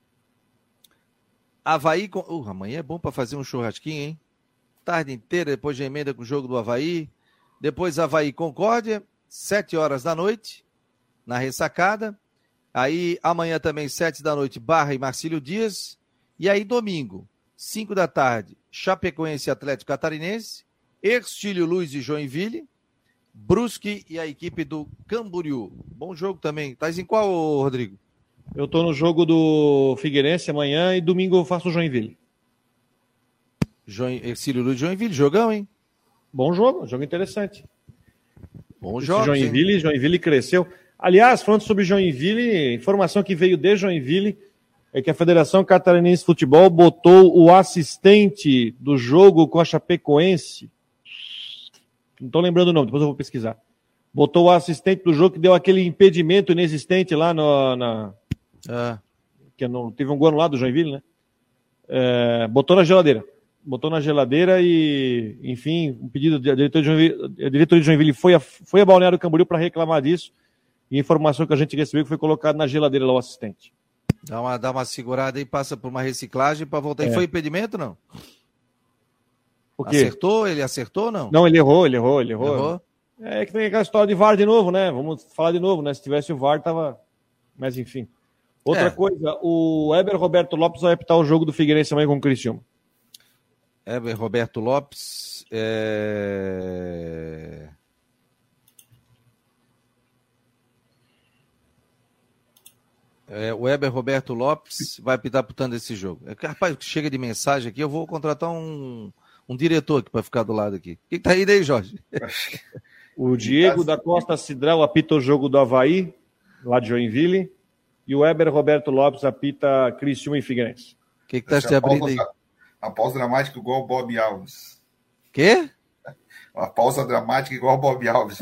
Avaí, com... uh, amanhã é bom para fazer um churrasquinho, hein? Tarde inteira, depois de emenda com o jogo do Avaí. Depois Avaí Concórdia, sete horas da noite, na ressacada. Aí amanhã também, sete da noite, Barra e Marcílio Dias. E aí domingo, cinco da tarde, Chapecoense e Atlético Catarinense. Ercílio Luz e Joinville, Brusque e a equipe do Camboriú. Bom jogo também. Tá em qual, Rodrigo? Eu tô no jogo do Figueirense amanhã e domingo eu faço o Joinville. Join... Ercílio Luz e Joinville, jogão, hein? Bom jogo, jogo interessante. Bom jogo. Joinville, Joinville cresceu. Aliás, falando sobre Joinville, informação que veio de Joinville é que a Federação Catarinense de Futebol botou o assistente do jogo com a Chapecoense. Não estou lembrando o nome, depois eu vou pesquisar. Botou o assistente do jogo que deu aquele impedimento inexistente lá no, na... Ah. Que não, teve um gol lá do Joinville, né? É, botou na geladeira. Botou na geladeira e, enfim, um pedido da diretoria de Joinville, a diretoria de Joinville foi a, foi a Balneário Camboriú para reclamar disso. E a informação que a gente recebeu que foi colocado na geladeira lá o assistente. Dá uma, dá uma segurada e passa por uma reciclagem para voltar. É. E foi impedimento, não? O quê? Acertou? Ele acertou ou não? Não, ele errou, ele errou, ele errou. Errou? É que tem aquela história de V A R de novo, né? Vamos falar de novo, né? Se tivesse o V A R, tava... Mas, enfim. Outra é. coisa, o Heber Roberto Lopes vai apitar o jogo do Figueirense amanhã com o Criciúma. Heber Roberto Lopes... É... É, o Weber Roberto Lopes vai apitar putando esse jogo. É, rapaz, chega de mensagem aqui, eu vou contratar um, um diretor aqui para ficar do lado aqui. O que, que tá aí daí, Jorge? O Diego da Costa Cidral apita o jogo do Avaí, lá de Joinville, e o Weber Roberto Lopes apita Criciúma e Figueirense. O que, que tá se abrindo aí? A pausa dramática igual o Bob Alves. Quê? Uma pausa dramática igual o Bob Alves.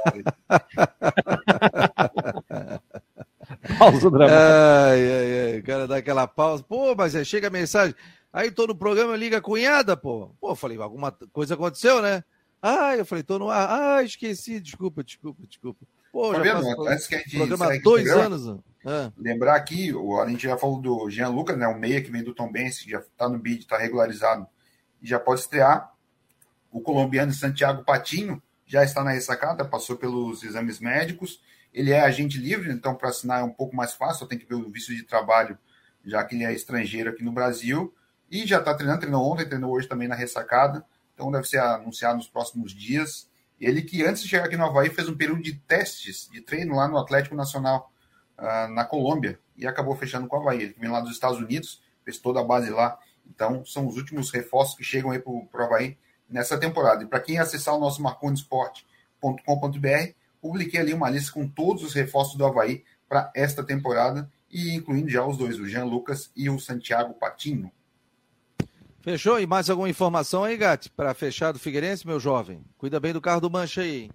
Pausa dramática. Ai, ai, ai. O cara dá aquela pausa. Pô, mas é, chega a mensagem. Aí tô no programa, liga a cunhada, pô. Pô, eu falei, alguma coisa aconteceu, né? Ah, eu falei, tô no ar. Ah, esqueci, desculpa, desculpa, desculpa. Pô, tá já vendo? faço Antes que a gente programa há dois programa, anos. Ah. Lembrar aqui, a gente já falou do Jean Lucas, né, o meia que vem do Tombense, já está no bid, está regularizado e já pode estrear. O colombiano Santiago Patinho já está na ressacada, passou pelos exames médicos. Ele é agente livre, então para assinar é um pouco mais fácil, só tem que ver o visto de trabalho, já que ele é estrangeiro aqui no Brasil. E já está treinando, treinou ontem, treinou hoje também na ressacada. Então deve ser anunciado nos próximos dias. Ele que antes de chegar aqui no Avaí fez um período de testes, de treino lá no Atlético Nacional, uh, na Colômbia, e acabou fechando com o Avaí. Ele vem lá dos Estados Unidos, fez toda a base lá. Então são os últimos reforços que chegam aí para o Avaí nessa temporada. E para quem acessar o nosso marconi sport ponto com ponto b r, publiquei ali uma lista com todos os reforços do Avaí para esta temporada, e incluindo já os dois, o Jean Lucas e o Santiago Patinho. Fechou? E mais alguma informação aí, Gatti, para fechar do Figueirense, meu jovem? Cuida bem do carro do Mancha aí.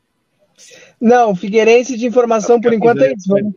Não, Figueirense de informação por enquanto é isso. Vamos...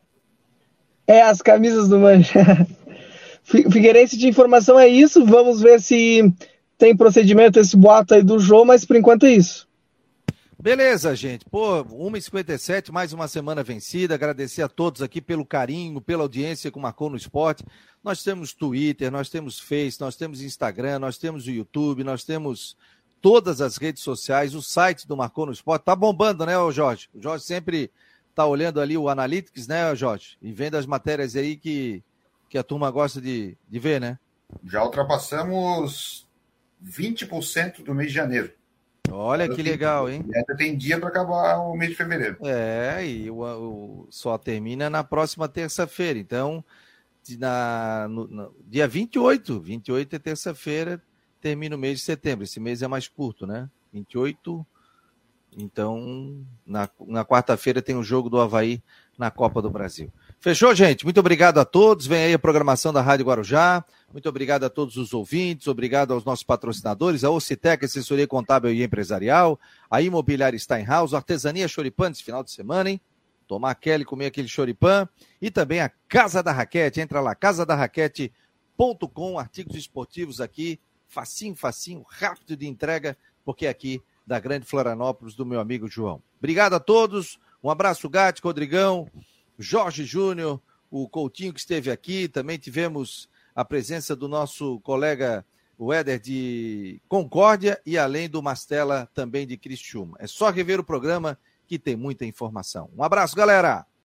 É, as camisas do Mancha. Figueirense de informação é isso. Vamos ver se tem procedimento esse boato aí do Jô, mas por enquanto é isso. Beleza, gente. Pô, uma e cinquenta e sete, mais uma semana vencida. Agradecer a todos aqui pelo carinho, pela audiência que marcou no esporte. Nós temos Twitter, nós temos Face, nós temos Instagram, nós temos o YouTube, nós temos todas as redes sociais, o site do Marcou no Esporte. Tá bombando, né, ô Jorge? O Jorge sempre tá olhando ali o Analytics, né, Jorge? E vendo as matérias aí que, que a turma gosta de, de ver, né? Já ultrapassamos vinte por cento do mês de janeiro. Olha que legal, hein? E ainda tem dia para acabar o mês de fevereiro. É, e o, o só termina na próxima terça-feira. Então, na, no, no, dia vinte e oito, vinte e oito é terça-feira, termina o mês de setembro. Esse mês é mais curto, né? vinte e oito. Então, na, na quarta-feira tem o jogo do Avaí na Copa do Brasil. Fechou, gente? Muito obrigado a todos. Vem aí a programação da Rádio Guarujá. Muito obrigado a todos os ouvintes. Obrigado aos nossos patrocinadores, a Ocitec, Assessoria Contábil e Empresarial, a Imobiliária Steinhaus, Artesania Choripan esse final de semana, hein? Tomar aquele e comer aquele choripan. E também a Casa da Raquete. Entra lá, casa da raquete ponto com, artigos esportivos aqui, facinho, facinho, rápido de entrega, porque é aqui da Grande Florianópolis, do meu amigo João. Obrigado a todos. Um abraço, Gatti, Rodrigão, Jorge Júnior, o Coutinho que esteve aqui. Também tivemos a presença do nosso colega o Éder de Concórdia e além do Mastella também de Criciúma. É só rever o programa que tem muita informação. Um abraço, galera!